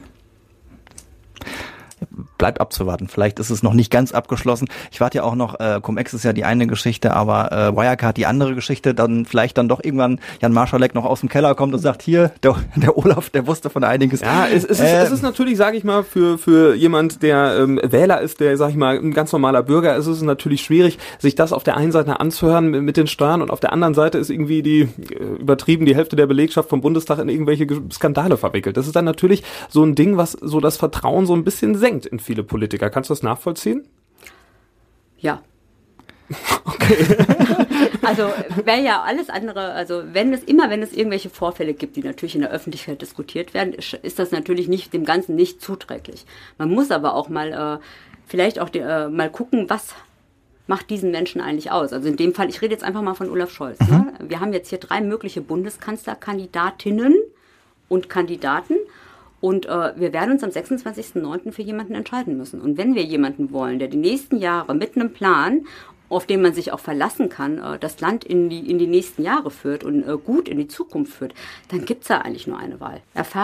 Bleibt abzuwarten. Vielleicht ist es noch nicht ganz abgeschlossen. Ich warte ja auch noch, äh, Cum-Ex ist ja die eine Geschichte, aber äh, Wirecard die andere Geschichte, dann vielleicht dann doch irgendwann Jan Marschalek noch aus dem Keller kommt und sagt, hier, der, der Olaf, der wusste von einiges. Ja, es, es, äh, ist, es ist natürlich, sage ich mal, für für jemand, der ähm, Wähler ist, der, sag ich mal, ein ganz normaler Bürger ist, ist es natürlich schwierig, sich das auf der einen Seite anzuhören mit, mit den Steuern und auf der anderen Seite ist irgendwie die, äh, übertrieben, die Hälfte der Belegschaft vom Bundestag in irgendwelche Skandale verwickelt. Das ist dann natürlich so ein Ding, was so das Vertrauen so ein bisschen senkt in viele Politiker. Kannst du das nachvollziehen? Ja. Okay. Also wäre ja alles andere, also wenn es immer, wenn es irgendwelche Vorfälle gibt, die natürlich in der Öffentlichkeit diskutiert werden, ist das natürlich nicht dem Ganzen nicht zuträglich. Man muss aber auch mal äh, vielleicht auch die, äh, mal gucken, was macht diesen Menschen eigentlich aus. Also in dem Fall, ich rede jetzt einfach mal von Olaf Scholz. Mhm. Ne? Wir haben jetzt hier drei mögliche Bundeskanzlerkandidatinnen und Kandidaten. Und äh, wir werden uns am sechsundzwanzigsten neunten für jemanden entscheiden müssen. Und wenn wir jemanden wollen, der die nächsten Jahre mit einem Plan, auf den man sich auch verlassen kann, äh, das Land in die, in die nächsten Jahre führt und äh, gut in die Zukunft führt, dann gibt's da eigentlich nur eine Wahl. Erfahrung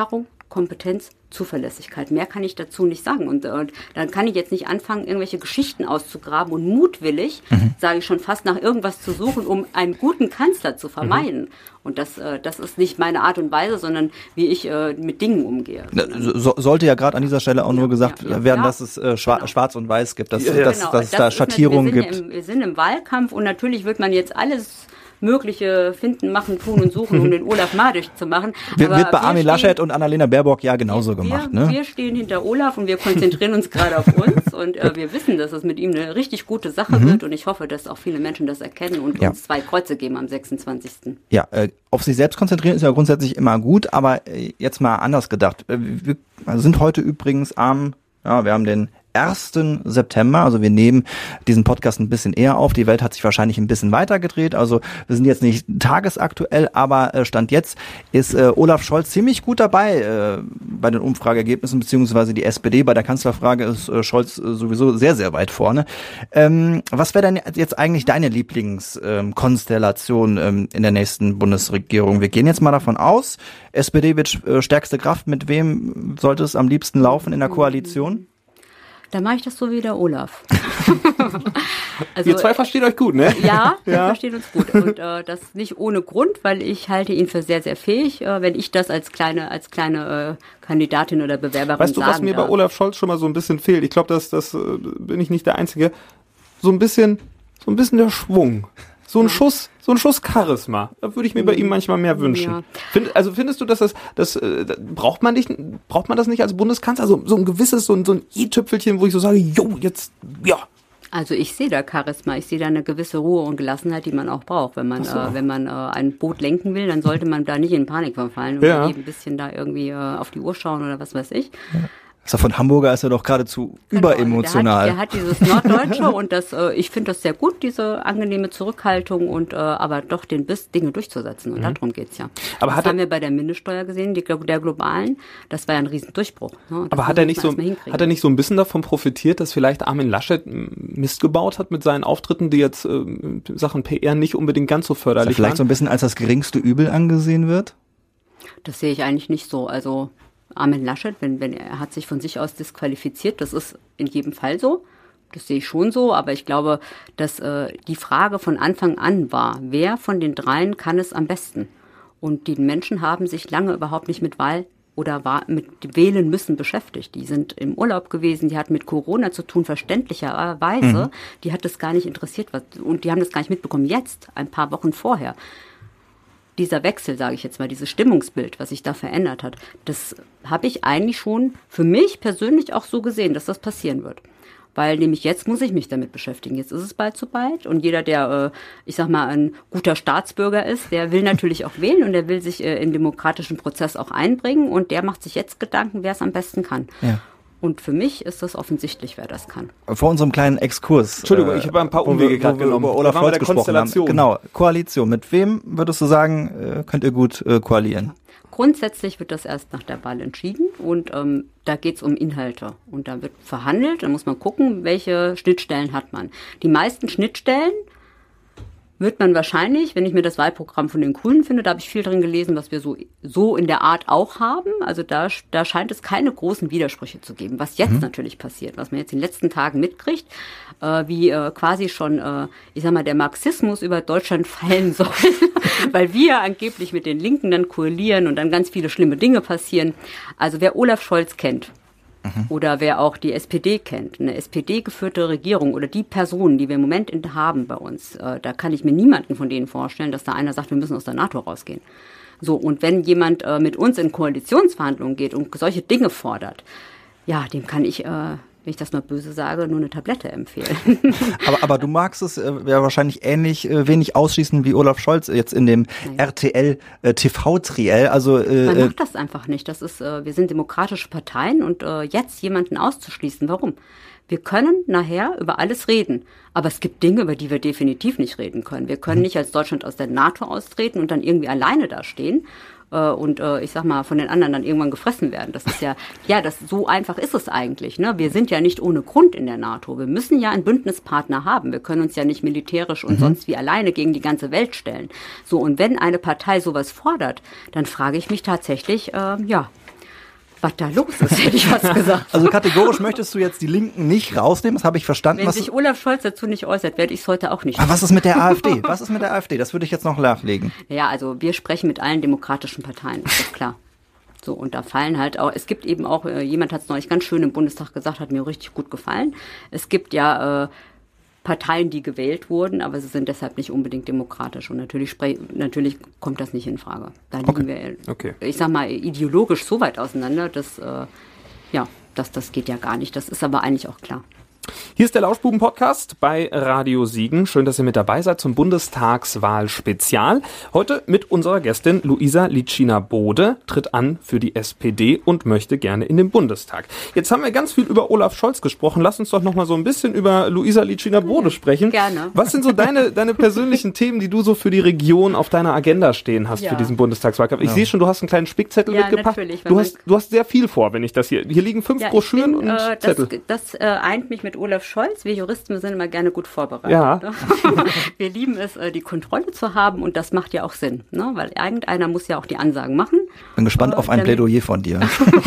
Kompetenz, Zuverlässigkeit. Mehr kann ich dazu nicht sagen. Und, und dann kann ich jetzt nicht anfangen, irgendwelche Geschichten auszugraben und mutwillig, mhm. sage ich schon fast, nach irgendwas zu suchen, um einen guten Kanzler zu vermeiden. Mhm. Und das, äh, das ist nicht meine Art und Weise, sondern wie ich äh, mit Dingen umgehe. So, sollte ja gerade an dieser Stelle auch ja, nur gesagt ja, ja, werden, ja, dass es äh, schwa- genau. schwarz und weiß gibt, dass, ja, dass, genau. dass es da Schattierungen gibt. Ja im, wir sind im Wahlkampf und natürlich wird man jetzt alles Mögliche finden, machen, tun und suchen, um den Olaf madig zu machen. Aber wird bei Armin Laschet und Annalena Baerbock ja genauso wir, gemacht. Ne? Wir stehen hinter Olaf und wir konzentrieren uns gerade auf uns und äh, wir wissen, dass es mit ihm eine richtig gute Sache mhm. wird und ich hoffe, dass auch viele Menschen das erkennen und ja. uns zwei Kreuze geben am sechsundzwanzigsten Ja, äh, auf sich selbst konzentrieren ist ja grundsätzlich immer gut, aber äh, jetzt mal anders gedacht. Äh, wir sind heute übrigens am, ja, wir haben den ersten September, also wir nehmen diesen Podcast ein bisschen eher auf. Die Welt hat sich wahrscheinlich ein bisschen weiter gedreht, also wir sind jetzt nicht tagesaktuell, aber äh, Stand jetzt ist äh, Olaf Scholz ziemlich gut dabei äh, bei den Umfrageergebnissen, beziehungsweise die S P D. Bei der Kanzlerfrage ist äh, Scholz äh, sowieso sehr, sehr weit vorne. Ähm, was wäre denn jetzt eigentlich deine Lieblingskonstellation ähm, in der nächsten Bundesregierung? Wir gehen jetzt mal davon aus, S P D wird äh, stärkste Kraft. Mit wem sollte es am liebsten laufen in der Koalition? Da mache ich das so wie der Olaf. Also, ihr zwei versteht euch gut, ne? Ja, wir ja. verstehen uns gut. Und äh, das nicht ohne Grund, weil ich halte ihn für sehr, sehr fähig, äh, wenn ich das als kleine als kleine äh, Kandidatin oder Bewerberin Weißt du, was mir darf. bei Olaf Scholz schon mal so ein bisschen fehlt? Ich glaube, das, das äh, bin ich nicht der Einzige. So ein bisschen, so ein bisschen der Schwung. So ein Schuss, so ein Schuss Charisma. Da würde ich mir bei ihm manchmal mehr wünschen. Ja. Find, also findest du, dass das, das äh, braucht man nicht, braucht man das nicht als Bundeskanzler? So, so ein gewisses, so ein, so ein i-Tüpfelchen, wo ich so sage, jo, jetzt, ja. Also ich sehe da Charisma, ich sehe da eine gewisse Ruhe und Gelassenheit, die man auch braucht. Wenn man, so. äh, wenn man äh, ein Boot lenken will, dann sollte man da nicht in Panik verfallen oder ja. ein bisschen da irgendwie äh, auf die Uhr schauen oder was weiß ich. Ja. Also von Hamburger ist er doch geradezu genau, überemotional. Der hat, der hat dieses Norddeutsche und das, äh, ich finde das sehr gut, diese angenehme Zurückhaltung und äh, aber doch den Biss, Dinge durchzusetzen. Und mhm. darum geht's ja. Aber das hat haben wir bei der Mindeststeuer gesehen, die, der globalen. Das war ja ein Riesendurchbruch. Ne? Aber hat er nicht so, hat er nicht so ein bisschen davon profitiert, dass vielleicht Armin Laschet Mist gebaut hat mit seinen Auftritten, die jetzt äh, Sachen P R nicht unbedingt ganz so förderlich vielleicht waren? So ein bisschen als das geringste Übel angesehen wird? Das sehe ich eigentlich nicht so. Also Armin Laschet, wenn, wenn er hat sich von sich aus disqualifiziert, das ist in jedem Fall so. Das sehe ich schon so, aber ich glaube, dass äh, die Frage von Anfang an war, wer von den dreien kann es am besten? Und die Menschen haben sich lange überhaupt nicht mit Wahl oder war, mit Wählen müssen beschäftigt. Die sind im Urlaub gewesen, die hatten mit Corona zu tun, verständlicherweise. Mhm. Die hat das gar nicht interessiert was, und die haben das gar nicht mitbekommen. Jetzt, ein paar Wochen vorher. Dieser Wechsel, sage ich jetzt mal, dieses Stimmungsbild, was sich da verändert hat, das habe ich eigentlich schon für mich persönlich auch so gesehen, dass das passieren wird. Weil nämlich jetzt muss ich mich damit beschäftigen. Jetzt ist es bald zu bald und jeder, der, äh, ich sag mal, ein guter Staatsbürger ist, der will natürlich auch wählen und der will sich äh, in den demokratischen Prozess auch einbringen und der macht sich jetzt Gedanken, wer es am besten kann. Ja. Und für mich ist das offensichtlich, wer das kann. Vor unserem kleinen Exkurs. Entschuldigung, äh, ich habe ein paar Umwege gerade genommen. Über Olaf Scholz gesprochen haben. Genau, Koalition. Mit wem würdest du sagen, äh, könnt ihr gut äh, koalieren? Grundsätzlich wird das erst nach der Wahl entschieden und ähm, da geht es um Inhalte. Und da wird verhandelt, da muss man gucken, welche Schnittstellen hat man. Die meisten Schnittstellen wird man wahrscheinlich, wenn ich mir das Wahlprogramm von den Grünen finde, da habe ich viel drin gelesen, was wir so so in der Art auch haben. Also da, da scheint es keine großen Widersprüche zu geben. Was jetzt mhm. natürlich passiert, was man jetzt in den letzten Tagen mitkriegt, äh, wie äh, quasi schon, äh, ich sag mal, der Marxismus über Deutschland fallen soll, weil wir angeblich mit den Linken dann koalieren und dann ganz viele schlimme Dinge passieren. Also wer Olaf Scholz kennt, Mhm. oder wer auch die S P D kennt, eine S P D-geführte Regierung oder die Personen, die wir im Moment haben bei uns, äh, da kann ich mir niemanden von denen vorstellen, dass da einer sagt, wir müssen aus der NATO rausgehen. So, und wenn jemand äh, mit uns in Koalitionsverhandlungen geht und solche Dinge fordert, ja, dem kann ich, äh, wenn ich das mal böse sage, nur eine Tablette empfehlen. aber, aber du magst es äh, ja wahrscheinlich ähnlich äh, wenig ausschließen wie Olaf Scholz jetzt in dem naja. R T L-T V-Triell. Also, äh, Man macht das einfach nicht. Das ist, äh, wir sind demokratische Parteien und äh, jetzt jemanden auszuschließen, warum? Wir können nachher über alles reden, aber es gibt Dinge, über die wir definitiv nicht reden können. Wir können nicht als Deutschland aus der NATO austreten und dann irgendwie alleine dastehen und äh, ich sag mal, von den anderen dann irgendwann gefressen werden. Das ist ja, ja, das so einfach ist es eigentlich. Ne? Wir sind ja nicht ohne Grund in der NATO. Wir müssen ja einen Bündnispartner haben. Wir können uns ja nicht militärisch und mhm. sonst wie alleine gegen die ganze Welt stellen. So, und wenn eine Partei sowas fordert, dann frage ich mich tatsächlich, äh, ja, was da los ist, hätte ich fast gesagt. Also kategorisch möchtest du jetzt die Linken nicht rausnehmen, das habe ich verstanden. Wenn was sich Olaf Scholz dazu nicht äußert, werde ich es heute auch nicht. Aber was ist mit der AfD? Was ist mit der AfD? Das würde ich jetzt noch nachlegen. Ja, also wir sprechen mit allen demokratischen Parteien, ist doch klar. So, und da fallen halt auch, es gibt eben auch, äh, jemand hat es neulich ganz schön im Bundestag gesagt, hat mir richtig gut gefallen. Es gibt ja äh, Parteien, die gewählt wurden, aber sie sind deshalb nicht unbedingt demokratisch. Und natürlich, spre- natürlich kommt das nicht in Frage. Da liegen Okay. wir, Okay. ich sag mal, ideologisch so weit auseinander, dass, äh, ja, das, das geht ja gar nicht. Das ist aber eigentlich auch klar. Hier ist der Lauschbuben-Podcast bei Radio Siegen. Schön, dass ihr mit dabei seid zum Bundestagswahl-Spezial. Heute mit unserer Gästin Luisa Ličina-Bode, tritt an für die S P D und möchte gerne in den Bundestag. Jetzt haben wir ganz viel über Olaf Scholz gesprochen. Lass uns doch noch mal so ein bisschen über Luisa Ličina-Bode sprechen. Gerne. Was sind so deine, deine persönlichen Themen, die du so für die Region auf deiner Agenda stehen hast Ja. für diesen Bundestagswahlkampf? Ich Ja. sehe schon, du hast einen kleinen Spickzettel Ja, mitgebracht. natürlich, wenn Du man- hast, du hast sehr viel vor, wenn ich das hier... Hier liegen fünf Ja, ich Broschüren bin, und äh, Zettel. Das, das äh, eint mich mit Olaf Scholz. Wir Juristen, wir sind immer gerne gut vorbereitet. Ja. Ne? Wir lieben es, äh, die Kontrolle zu haben und das macht ja auch Sinn, ne? Weil irgendeiner muss ja auch die Ansagen machen. Bin gespannt Äh, auf ein damit- Plädoyer von dir.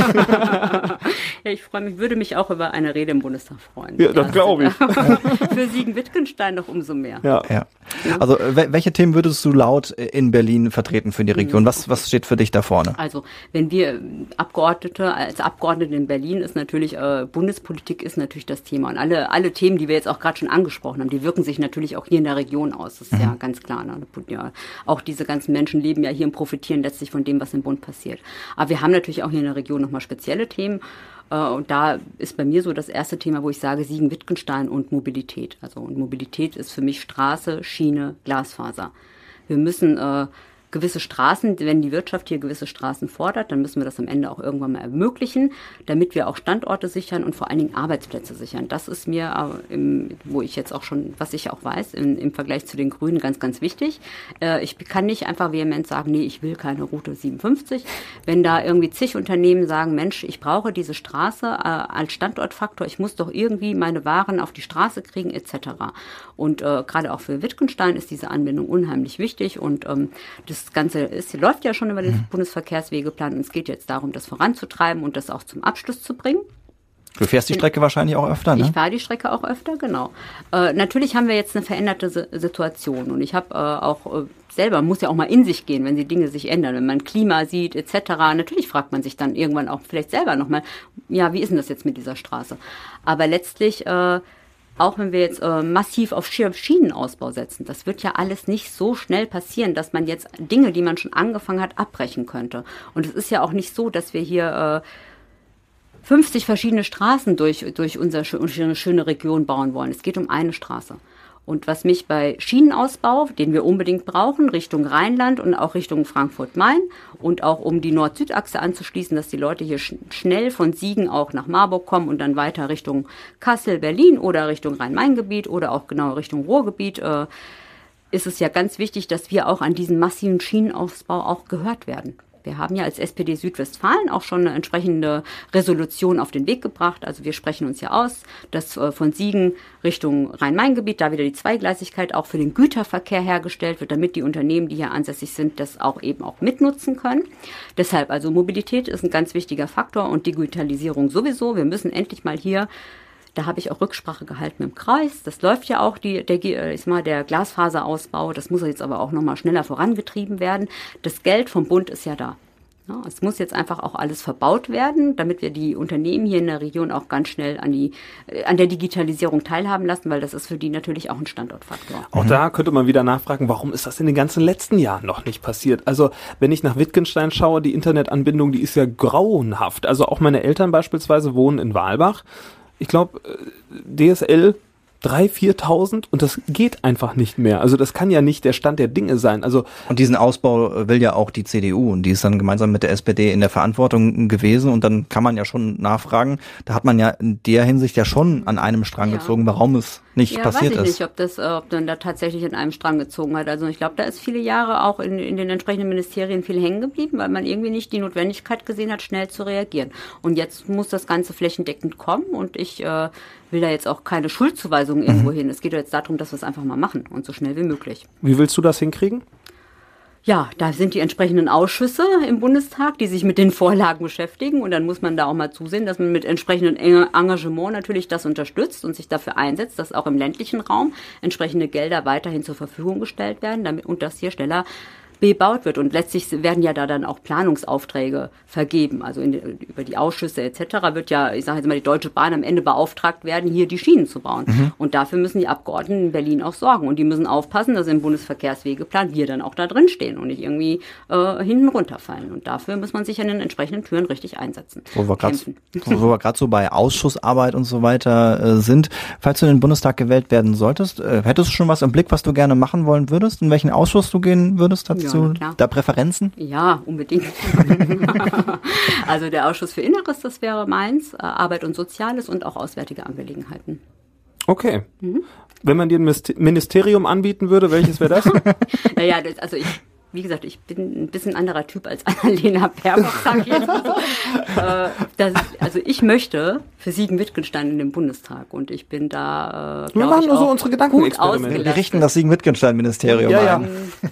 Ja, ich freue mich, würde mich auch über eine Rede im Bundestag freuen. Ja, das glaube ich. Für Siegen-Wittgenstein noch umso mehr. Ja. Ja. Also äh, welche Themen würdest du laut äh, in Berlin vertreten für die Region? Was, was steht für dich da vorne? Also wenn wir Abgeordnete, als Abgeordnete in Berlin ist natürlich, äh, Bundespolitik ist natürlich das Thema. Und alle, alle Themen, die wir jetzt auch gerade schon angesprochen haben, die wirken sich natürlich auch hier in der Region aus. Das ist ja ganz klar. Ne? Ja, auch diese ganzen Menschen leben ja hier und profitieren letztlich von dem, was im Bund passiert. Aber wir haben natürlich auch hier in der Region nochmal spezielle Themen. Äh, und da ist bei mir so das erste Thema, wo ich sage, Siegen-Wittgenstein und Mobilität. Also und Mobilität ist für mich Straße, Schiene, Glasfaser. Wir müssen äh, gewisse Straßen, wenn die Wirtschaft hier gewisse Straßen fordert, dann müssen wir das am Ende auch irgendwann mal ermöglichen, damit wir auch Standorte sichern und vor allen Dingen Arbeitsplätze sichern. Das ist mir, äh, im, wo ich jetzt auch schon, was ich auch weiß, in, im Vergleich zu den Grünen ganz, ganz wichtig. Äh, ich kann nicht einfach vehement sagen, nee, ich will keine Route siebenundfünfzig. Wenn da irgendwie zig Unternehmen sagen, Mensch, ich brauche diese Straße äh, als Standortfaktor, ich muss doch irgendwie meine Waren auf die Straße kriegen et cetera. Und äh, gerade auch für Wittgenstein ist diese Anbindung unheimlich wichtig und ähm, das Das Ganze ist, läuft ja schon über den Bundesverkehrswegeplan und es geht jetzt darum, das voranzutreiben und das auch zum Abschluss zu bringen. Du fährst die Strecke wahrscheinlich auch öfter, ne? Ich fahre die Strecke auch öfter, genau. Äh, natürlich haben wir jetzt eine veränderte S- Situation und ich habe äh, auch äh, selber, muss ja auch mal in sich gehen, wenn die Dinge sich ändern, wenn man Klima sieht et cetera. Natürlich fragt man sich dann irgendwann auch vielleicht selber nochmal, ja, wie ist denn das jetzt mit dieser Straße? Aber letztlich... Äh, Auch wenn wir jetzt äh, massiv auf Schienenausbau setzen, das wird ja alles nicht so schnell passieren, dass man jetzt Dinge, die man schon angefangen hat, abbrechen könnte. Und es ist ja auch nicht so, dass wir hier äh, fünfzig verschiedene Straßen durch, durch unsere schöne, schöne Region bauen wollen. Es geht um eine Straße. Und was mich bei Schienenausbau, den wir unbedingt brauchen, Richtung Rheinland und auch Richtung Frankfurt-Main und auch um die Nord-Süd-Achse anzuschließen, dass die Leute hier sch- schnell von Siegen auch nach Marburg kommen und dann weiter Richtung Kassel, Berlin oder Richtung Rhein-Main-Gebiet oder auch genau Richtung Ruhrgebiet, äh, ist es ja ganz wichtig, dass wir auch an diesen massiven Schienenausbau auch gehört werden. Wir haben ja als S P D Südwestfalen auch schon eine entsprechende Resolution auf den Weg gebracht. Also wir sprechen uns ja aus, dass äh, von Siegen Richtung Rhein-Main-Gebiet da wieder die Zweigleisigkeit auch für den Güterverkehr hergestellt wird, damit die Unternehmen, die hier ansässig sind, das auch eben auch mitnutzen können. Deshalb also Mobilität ist ein ganz wichtiger Faktor und Digitalisierung sowieso. Wir müssen endlich mal hier, da habe ich auch Rücksprache gehalten mit dem Kreis. Das läuft ja auch, die, der, ich sag mal, der Glasfaserausbau. Das muss jetzt aber auch noch mal schneller vorangetrieben werden. Das Geld vom Bund ist ja da. Ja, es muss jetzt einfach auch alles verbaut werden, damit wir die Unternehmen hier in der Region auch ganz schnell an, die, äh, an der Digitalisierung teilhaben lassen, weil das ist für die natürlich auch ein Standortfaktor. Auch da könnte man wieder nachfragen, warum ist das in den ganzen letzten Jahren noch nicht passiert? Also wenn ich nach Wittgenstein schaue, die Internetanbindung, die ist ja grauenhaft. Also auch meine Eltern beispielsweise wohnen in Walbach. Ich glaube, D S L dreitausend, viertausend und das geht einfach nicht mehr. Also das kann ja nicht der Stand der Dinge sein. Also Und diesen Ausbau will ja auch die C D U und die ist dann gemeinsam mit der S P D in der Verantwortung gewesen und dann kann man ja schon nachfragen, da hat man ja in der Hinsicht ja schon an einem Strang Ja. gezogen, warum es nicht Ja, passiert weiß ich ist. nicht, ob das, äh, ob dann da tatsächlich in einem Strang gezogen hat. Also ich glaube, da ist viele Jahre auch in, in den entsprechenden Ministerien viel hängen geblieben, weil man irgendwie nicht die Notwendigkeit gesehen hat, schnell zu reagieren. Und jetzt muss das Ganze flächendeckend kommen und ich äh, will da jetzt auch keine Schuldzuweisung irgendwo hin. Es geht jetzt darum, dass wir es einfach mal machen und so schnell wie möglich. wie willst du das hinkriegen? Ja, da sind die entsprechenden Ausschüsse im Bundestag, die sich mit den Vorlagen beschäftigen. Und dann muss man da auch mal zusehen, dass man mit entsprechendem Engagement natürlich das unterstützt und sich dafür einsetzt, dass auch im ländlichen Raum entsprechende Gelder weiterhin zur Verfügung gestellt werden, damit, und dass hier schneller bebaut wird. Und letztlich werden ja da dann auch Planungsaufträge vergeben. Also in, über die Ausschüsse et cetera wird ja, ich sage jetzt mal, die Deutsche Bahn am Ende beauftragt werden, hier die Schienen zu bauen. Mhm. Und dafür müssen die Abgeordneten in Berlin auch sorgen. Und die müssen aufpassen, dass im Bundesverkehrswegeplan wir dann auch da drin stehen und nicht irgendwie äh, hinten runterfallen. Und dafür muss man sich an den entsprechenden Türen richtig einsetzen. Wo wir gerade wo wir gerade so bei Ausschussarbeit und so weiter äh, sind. Falls du in den Bundestag gewählt werden solltest, äh, hättest du schon was im Blick, was du gerne machen wollen würdest? In welchen Ausschuss du gehen würdest? Hast Ja. du Klar. da Präferenzen? Ja, unbedingt. Also der Ausschuss für Inneres, das wäre meins, Arbeit und Soziales und auch Auswärtige Angelegenheiten. Okay. Mhm. Wenn man dir ein Ministerium anbieten würde, welches wäre das? Naja, das, also ich, wie gesagt, ich bin ein bisschen anderer Typ als Annalena Baerbock, sag ich jetzt mal so. äh, das, also ich möchte für Siegen-Wittgenstein in den Bundestag und ich bin da, äh, Wir machen ich, nur so auch unsere gut Gedankenexperimente. Wir richten das Siegen-Wittgenstein-Ministerium Ja, ja. ein.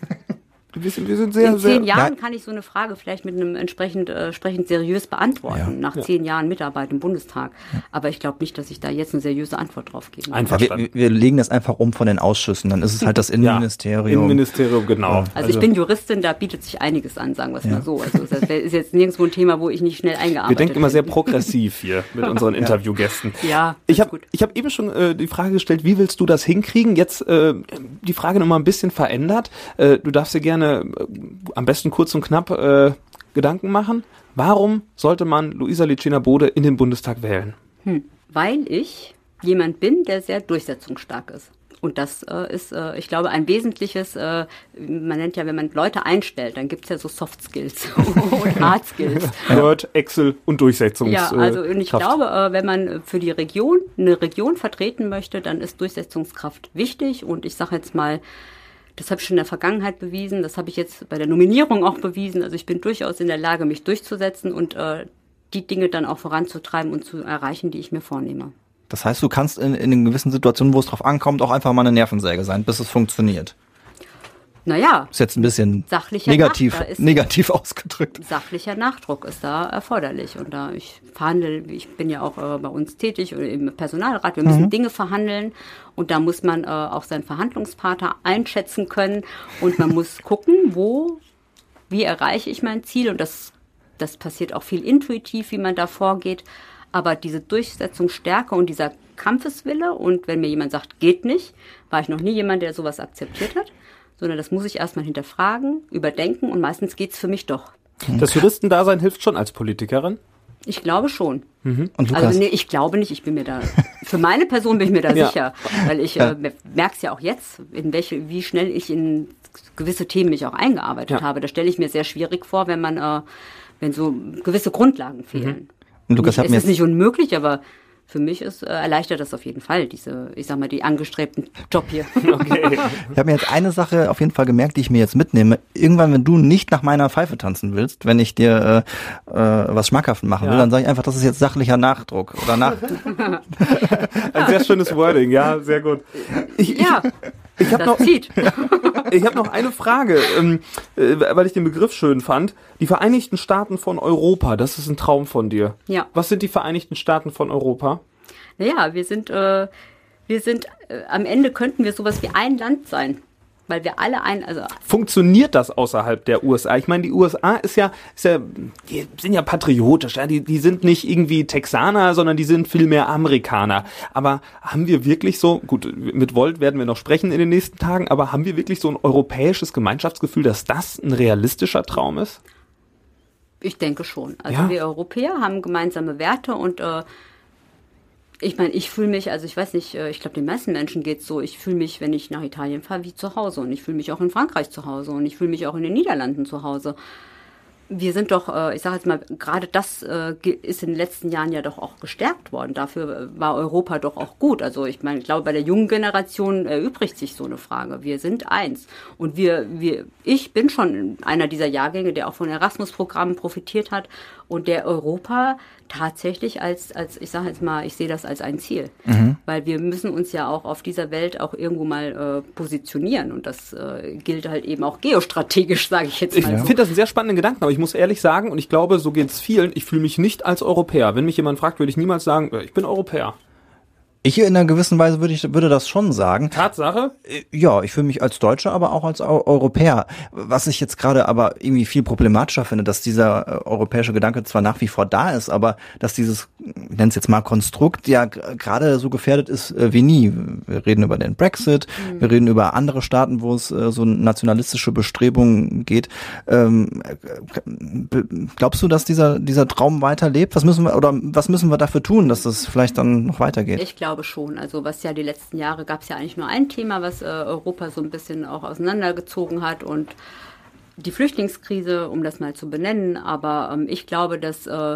Wir sind, wir sind sehr, in zehn sehr... Jahren ja. kann ich so eine Frage vielleicht mit einem entsprechend, äh, entsprechend seriös beantworten, Ja. nach Ja. zehn Jahren Mitarbeit im Bundestag. Aber ich glaube nicht, dass ich da jetzt eine seriöse Antwort drauf gebe. Einfach. Ja, wir, wir legen das einfach um von den Ausschüssen, dann ist es halt das Innenministerium. Ja, Innenministerium, genau. Also ich bin Juristin, da bietet sich einiges an, sagen wir es mal so. Also das ist jetzt nirgendwo ein Thema, wo ich nicht schnell eingearbeitet bin. Wir denken immer sehr progressiv hier mit unseren Interviewgästen. Ja, ich ist habe gut. ich hab eben schon äh, die Frage gestellt, wie willst du das hinkriegen? Jetzt äh, die Frage nochmal ein bisschen verändert. Äh, du darfst dir gerne äh, am besten kurz und knapp äh, Gedanken machen. Warum sollte man Luisa Lichiner-Bode in den Bundestag wählen? Hm. Weil ich jemand bin, der sehr durchsetzungsstark ist. Und das äh, ist, äh, ich glaube, ein wesentliches, äh, man nennt ja, wenn man Leute einstellt, dann gibt's ja so Soft Skills und Hard Skills. Word, Excel und Durchsetzungs. Ja, also und ich Kraft. glaube, äh, wenn man für die Region, eine Region vertreten möchte, dann ist Durchsetzungskraft wichtig. Und ich sage jetzt mal, das habe ich schon in der Vergangenheit bewiesen, das habe ich jetzt bei der Nominierung auch bewiesen. Also ich bin durchaus in der Lage, mich durchzusetzen und äh, die Dinge dann auch voranzutreiben und zu erreichen, die ich mir vornehme. Das heißt, du kannst in, in gewissen Situationen, wo es drauf ankommt, auch einfach mal eine Nervensäge sein, bis es funktioniert. Naja, Ist jetzt ein bisschen Sachlicher negativ, Charakter ist- negativ ausgedrückt. sachlicher Nachdruck ist da erforderlich. Und da ich verhandle, ich bin ja auch äh, bei uns tätig im Personalrat, wir müssen Dinge verhandeln und da muss man äh, auch seinen Verhandlungspartner einschätzen können und man muss gucken, wo, wie erreiche ich mein Ziel und das, das passiert auch viel intuitiv, wie man da vorgeht. Aber diese Durchsetzungsstärke und dieser Kampfeswille und wenn mir jemand sagt, geht nicht, war ich noch nie jemand, der sowas akzeptiert hat, sondern das muss ich erstmal hinterfragen, überdenken und meistens geht's für mich doch. Das Juristendasein hilft schon als Politikerin? Ich glaube schon. Und Lukas, Also nee, ich glaube nicht, ich bin mir da, für meine Person bin ich mir da Ja. sicher, weil ich äh, merke es ja auch jetzt, in welche, wie schnell ich in gewisse Themen mich auch eingearbeitet Ja. habe. Das stelle ich mir sehr schwierig vor, wenn man, äh, wenn so gewisse Grundlagen fehlen. Und Lukas Nicht, hat es mir ist jetzt- nicht unmöglich, aber für mich ist, äh, erleichtert das auf jeden Fall, diese, ich sag mal, die angestrebten Job hier. Okay. ich habe mir jetzt eine Sache auf jeden Fall gemerkt, die ich mir jetzt mitnehme. Irgendwann, wenn du nicht nach meiner Pfeife tanzen willst, wenn ich dir äh, äh, was schmackhaft machen will, Ja. dann sage ich einfach, das ist jetzt sachlicher Nachdruck oder nach. Ein sehr schönes Wording, ja, sehr gut. Ich, Ja, ich habe das noch, zieht. ich hab noch eine Frage, ähm, äh, weil ich den Begriff schön fand. Die Vereinigten Staaten von Europa, das ist ein Traum von dir. Ja. Was sind die Vereinigten Staaten von Europa? Naja, wir sind, äh, wir sind, äh, am Ende könnten wir sowas wie ein Land sein. Weil wir alle ein, also Funktioniert das außerhalb der U S A? Ich meine, die U S A ist ja, ist ja, die sind ja patriotisch, ja? Die, die sind nicht irgendwie Texaner, sondern die sind viel mehr Amerikaner. Aber haben wir wirklich so, gut, mit Volt werden wir noch sprechen in den nächsten Tagen, aber haben wir wirklich so ein europäisches Gemeinschaftsgefühl, dass das ein realistischer Traum ist? ich denke schon. Also Ja. wir Europäer haben gemeinsame Werte und äh, ich meine, ich fühle mich, also ich weiß nicht, äh, ich glaube, den meisten Menschen geht's so, ich fühle mich, wenn ich nach Italien fahre, wie zu Hause und ich fühle mich auch in Frankreich zu Hause und ich fühle mich auch in den Niederlanden zu Hause. wir sind doch, äh, ich sage jetzt mal, gerade das äh, ist in den letzten Jahren ja doch auch gestärkt worden. Dafür war Europa doch auch gut. Also ich meine, ich glaube, bei der jungen Generation erübrigt sich so eine Frage. Wir sind eins. Und wir, wir, ich bin schon einer dieser Jahrgänge, der auch von Erasmus-Programmen profitiert hat und der Europa tatsächlich als, als ich sage jetzt mal, ich sehe das als ein Ziel. Mhm. Weil wir müssen uns ja auch auf dieser Welt auch irgendwo mal äh, positionieren. Und das äh, gilt halt eben auch geostrategisch, sage ich jetzt mal. Ich so. finde das einen sehr spannenden Gedanken, aber ich muss ehrlich sagen, und ich glaube, so geht es vielen, ich fühle mich nicht als Europäer. Wenn mich jemand fragt, würde ich niemals sagen, ich bin Europäer. Ich in einer gewissen Weise würde ich würde das schon sagen. Tatsache? Ja, ich fühle mich als Deutscher, aber auch als Eu- Europäer. Was ich jetzt gerade aber irgendwie viel problematischer finde, dass dieser äh, europäische Gedanke zwar nach wie vor da ist, aber dass dieses, ich nenne es jetzt mal Konstrukt, ja g- gerade so gefährdet ist äh, wie nie. Wir reden über den Brexit, mhm. wir reden über andere Staaten, wo es äh, so nationalistische Bestrebungen geht. Ähm, äh, glaubst du, dass dieser dieser Traum weiterlebt? Was müssen wir oder was müssen wir dafür tun, dass das vielleicht dann noch weitergeht? Ich glaube, glaube schon. Also was ja die letzten Jahre gab es ja eigentlich nur ein Thema, was äh, Europa so ein bisschen auch auseinandergezogen hat und die Flüchtlingskrise, um das mal zu benennen. Aber ähm, ich glaube, dass äh,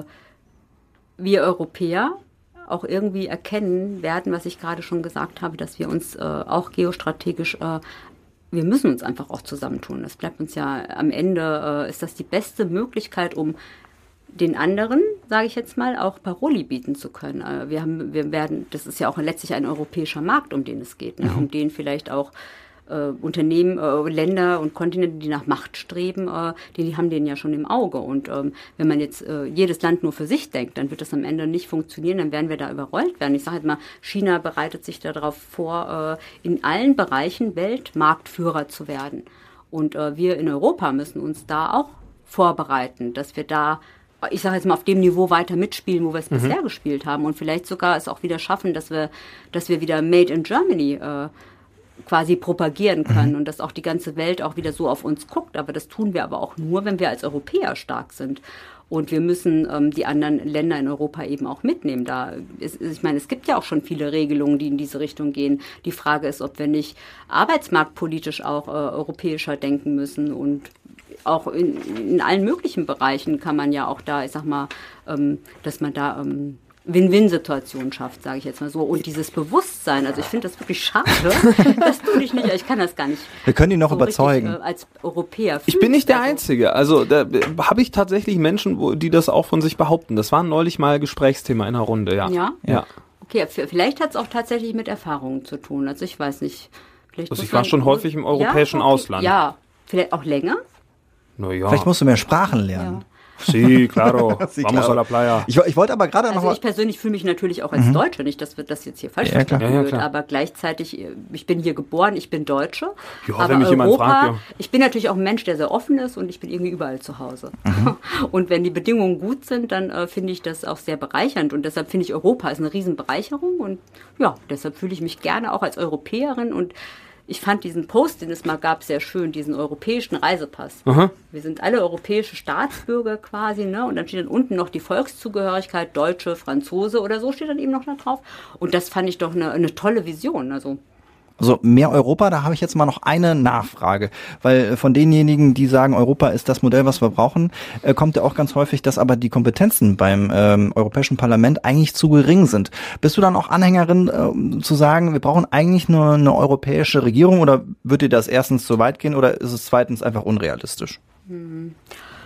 wir Europäer auch irgendwie erkennen werden, was ich gerade schon gesagt habe, dass wir uns äh, auch geostrategisch äh, wir müssen uns einfach auch zusammentun. Das bleibt uns ja am Ende, äh, ist das die beste Möglichkeit, um den anderen, sage ich jetzt mal, auch Paroli bieten zu können. Wir haben, wir werden, das ist ja auch letztlich ein europäischer Markt, um den es geht, ne? Mhm. Um den vielleicht auch äh, Unternehmen, äh, Länder und Kontinente, die nach Macht streben, äh, die, die haben den ja schon im Auge. Und ähm, wenn man jetzt äh, jedes Land nur für sich denkt, dann wird das am Ende nicht funktionieren, dann werden wir da überrollt werden. Ich sage halt mal, China bereitet sich darauf vor, äh, in allen Bereichen Weltmarktführer zu werden. Und äh, wir in Europa müssen uns da auch vorbereiten, dass wir da ich sage jetzt mal, auf dem Niveau weiter mitspielen, wo wir es mhm. bisher gespielt haben und vielleicht sogar es auch wieder schaffen, dass wir, dass wir wieder Made in Germany äh, quasi propagieren können mhm. und dass auch die ganze Welt auch wieder so auf uns guckt. Aber das tun wir aber auch nur, wenn wir als Europäer stark sind. Und wir müssen ähm, die anderen Länder in Europa eben auch mitnehmen. Da ist, ich meine, es gibt ja auch schon viele Regelungen, die in diese Richtung gehen. Die Frage ist, ob wir nicht arbeitsmarktpolitisch auch äh, europäischer denken müssen und auch in, in allen möglichen Bereichen kann man ja auch da, ich sag mal, ähm, dass man da ähm, Win-Win-Situationen schafft, sage ich jetzt mal so. Und dieses Bewusstsein, also ich finde das wirklich schade, dass du dich nicht, ich kann das gar nicht. Wir können ihn noch so überzeugen. Richtig, äh, als Europäer. Ich bin nicht der Einzige. Also da habe ich tatsächlich Menschen, wo, die das auch von sich behaupten. Das war neulich mal Gesprächsthema in einer Runde, ja. Ja? Ja. Okay, vielleicht hat es auch tatsächlich mit Erfahrungen zu tun. Also ich weiß nicht. Vielleicht also ich war schon häufig im europäischen ja, okay. Ausland. Ja, vielleicht auch länger. Na ja. Vielleicht musst du mehr Sprachen lernen. Ja. Sí, claro. Sí, Vamos claro. a la playa. Ich, ich wollte aber gerade noch Also mal ich persönlich fühle mich natürlich auch als mhm. Deutsche, nicht, dass wird das jetzt hier falsch ja, verstanden ja, wird, ja, aber gleichzeitig, ich bin hier geboren, ich bin Deutsche. Ja, aber wenn mich Europa, jemand fragt, ja. Ich bin natürlich auch ein Mensch, der sehr offen ist und ich bin irgendwie überall zu Hause. Mhm. Und wenn die Bedingungen gut sind, dann äh, finde ich das auch sehr bereichernd und deshalb finde ich Europa ist eine Riesenbereicherung und ja, deshalb fühle ich mich gerne auch als Europäerin und ich fand diesen Post, den es mal gab, sehr schön, diesen europäischen Reisepass. Aha. Wir sind alle europäische Staatsbürger quasi, ne? Und dann steht dann unten noch die Volkszugehörigkeit, Deutsche, Franzose oder so steht dann eben noch da drauf. Und das fand ich doch eine, eine tolle Vision. Also Also mehr Europa, da habe ich jetzt mal noch eine Nachfrage, weil von denjenigen, die sagen, Europa ist das Modell, was wir brauchen, äh, kommt ja auch ganz häufig, dass aber die Kompetenzen beim ähm, Europäischen Parlament eigentlich zu gering sind. Bist du dann auch Anhängerin äh, zu sagen, wir brauchen eigentlich nur eine europäische Regierung oder wird dir das erstens zu weit gehen oder ist es zweitens einfach unrealistisch? Hm.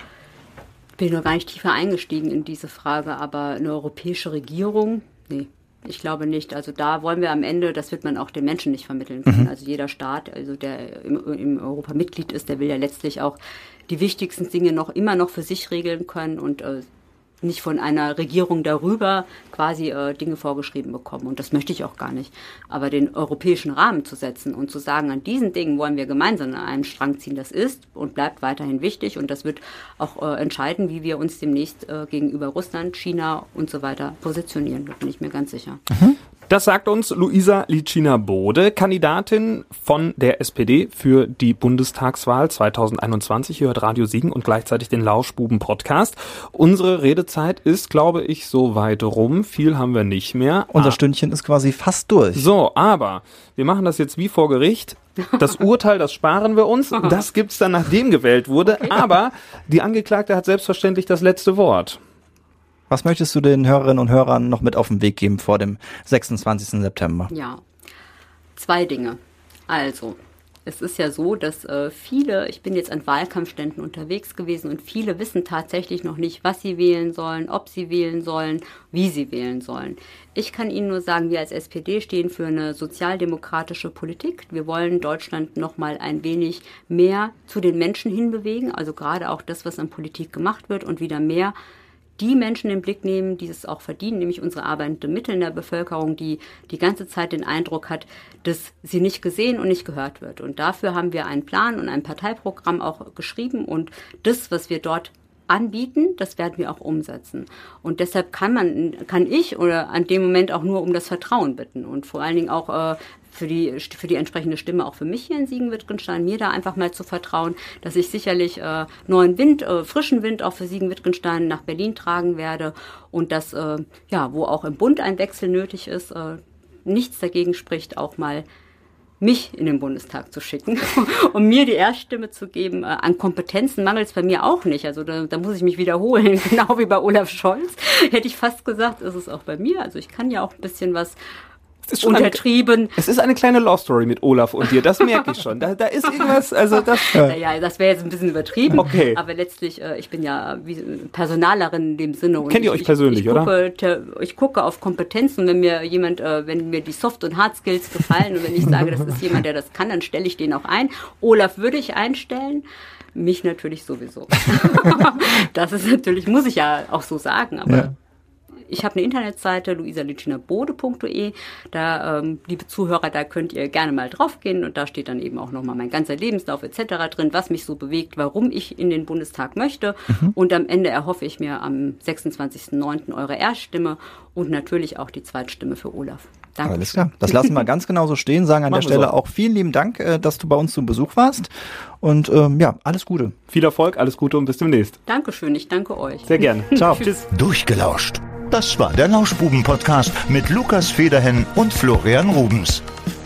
Bin noch gar nicht tiefer eingestiegen in diese Frage, aber eine europäische Regierung, nee. Ich glaube nicht. Also da wollen wir am Ende, das wird man auch den Menschen nicht vermitteln können. Mhm. Also jeder Staat, also der im, im Europa Mitglied ist, der will ja letztlich auch die wichtigsten Dinge noch immer noch für sich regeln können und äh, nicht von einer Regierung darüber quasi äh, Dinge vorgeschrieben bekommen. Und das möchte ich auch gar nicht. Aber den europäischen Rahmen zu setzen und zu sagen, an diesen Dingen wollen wir gemeinsam an einem Strang ziehen, das ist und bleibt weiterhin wichtig. Und das wird auch äh, entscheiden, wie wir uns demnächst äh, gegenüber Russland, China und so weiter positionieren. Da bin ich mir ganz sicher. Mhm. Das sagt uns Luisa Ličina-Bode, Kandidatin von der S P D für die Bundestagswahl zwanzig einundzwanzig. Ihr hört Radio Siegen und gleichzeitig den Lauschbuben-Podcast. Unsere Redezeit ist, glaube ich, so weit rum. Viel haben wir nicht mehr. Unser ah. Stündchen ist quasi fast durch. So, aber wir machen das jetzt wie vor Gericht. Das Urteil, das sparen wir uns. Das gibt's dann, nachdem gewählt wurde. Okay. Aber die Angeklagte hat selbstverständlich das letzte Wort. Was möchtest du den Hörerinnen und Hörern noch mit auf den Weg geben vor dem sechsundzwanzigsten September? Ja, zwei Dinge. Also, es ist ja so, dass äh, viele, ich bin jetzt an Wahlkampfständen unterwegs gewesen und viele wissen tatsächlich noch nicht, was sie wählen sollen, ob sie wählen sollen, wie sie wählen sollen. Ich kann Ihnen nur sagen, wir als S P D stehen für eine sozialdemokratische Politik. Wir wollen Deutschland noch mal ein wenig mehr zu den Menschen hinbewegen, also gerade auch das, was an Politik gemacht wird und wieder mehr die Menschen im Blick nehmen, die es auch verdienen, nämlich unsere arbeitende Mitte in der Bevölkerung, die die ganze Zeit den Eindruck hat, dass sie nicht gesehen und nicht gehört wird. Und dafür haben wir einen Plan und ein Parteiprogramm auch geschrieben und das, was wir dort anbieten, das werden wir auch umsetzen. Und deshalb kann man, kann ich oder an dem Moment auch nur um das Vertrauen bitten und vor allen Dingen auch äh, für die für die entsprechende Stimme auch für mich hier in Siegen-Wittgenstein, mir da einfach mal zu vertrauen, dass ich sicherlich äh, neuen Wind, äh, frischen Wind auch für Siegen-Wittgenstein nach Berlin tragen werde und dass, äh, ja, wo auch im Bund ein Wechsel nötig ist, äh, nichts dagegen spricht, auch mal mich in den Bundestag zu schicken, um mir die Erststimme zu geben. Äh, an Kompetenzen mangelt es bei mir auch nicht. Also da, da muss ich mich wiederholen. Genau wie bei Olaf Scholz, hätte ich fast gesagt, ist es auch bei mir. Also ich kann ja auch ein bisschen was ist schon untertrieben. Eine, es ist eine kleine Love Story mit Olaf und dir, das merke ich schon. Da, da ist irgendwas, also das... Naja, das wäre jetzt ein bisschen übertrieben, okay. Aber letztlich, äh, ich bin ja wie Personalerin in dem Sinne. Kennt ihr euch ich, persönlich, ich, ich oder? Gucke, ich gucke auf Kompetenzen, wenn mir jemand, äh, wenn mir die Soft- und Hard-Skills gefallen und wenn ich sage, das ist jemand, der das kann, dann stelle ich den auch ein. Olaf würde ich einstellen. Mich natürlich sowieso. Das ist natürlich, muss ich ja auch so sagen, aber... Ja. Ich habe eine Internetseite, luisa litschner bode punkt de. Da, ähm, liebe Zuhörer, da könnt ihr gerne mal drauf gehen und da steht dann eben auch nochmal mein ganzer Lebenslauf et cetera drin, was mich so bewegt, warum ich in den Bundestag möchte. Mhm. Und am Ende erhoffe ich mir am sechsundzwanzigsten neunten eure Erststimme und natürlich auch die Zweitstimme für Olaf. Danke. Alles klar. Das lassen wir ganz genau so stehen, sagen an Machen der Stelle so. Auch vielen lieben Dank, dass du bei uns zu Besuch warst. Und ähm, ja, alles Gute. Viel Erfolg, alles Gute und bis demnächst. Dankeschön, ich danke euch. Sehr gerne. Ciao. Tschüss. Durchgelauscht. Das war der Lauschbuben-Podcast mit Lukas Federhen und Florian Rubens.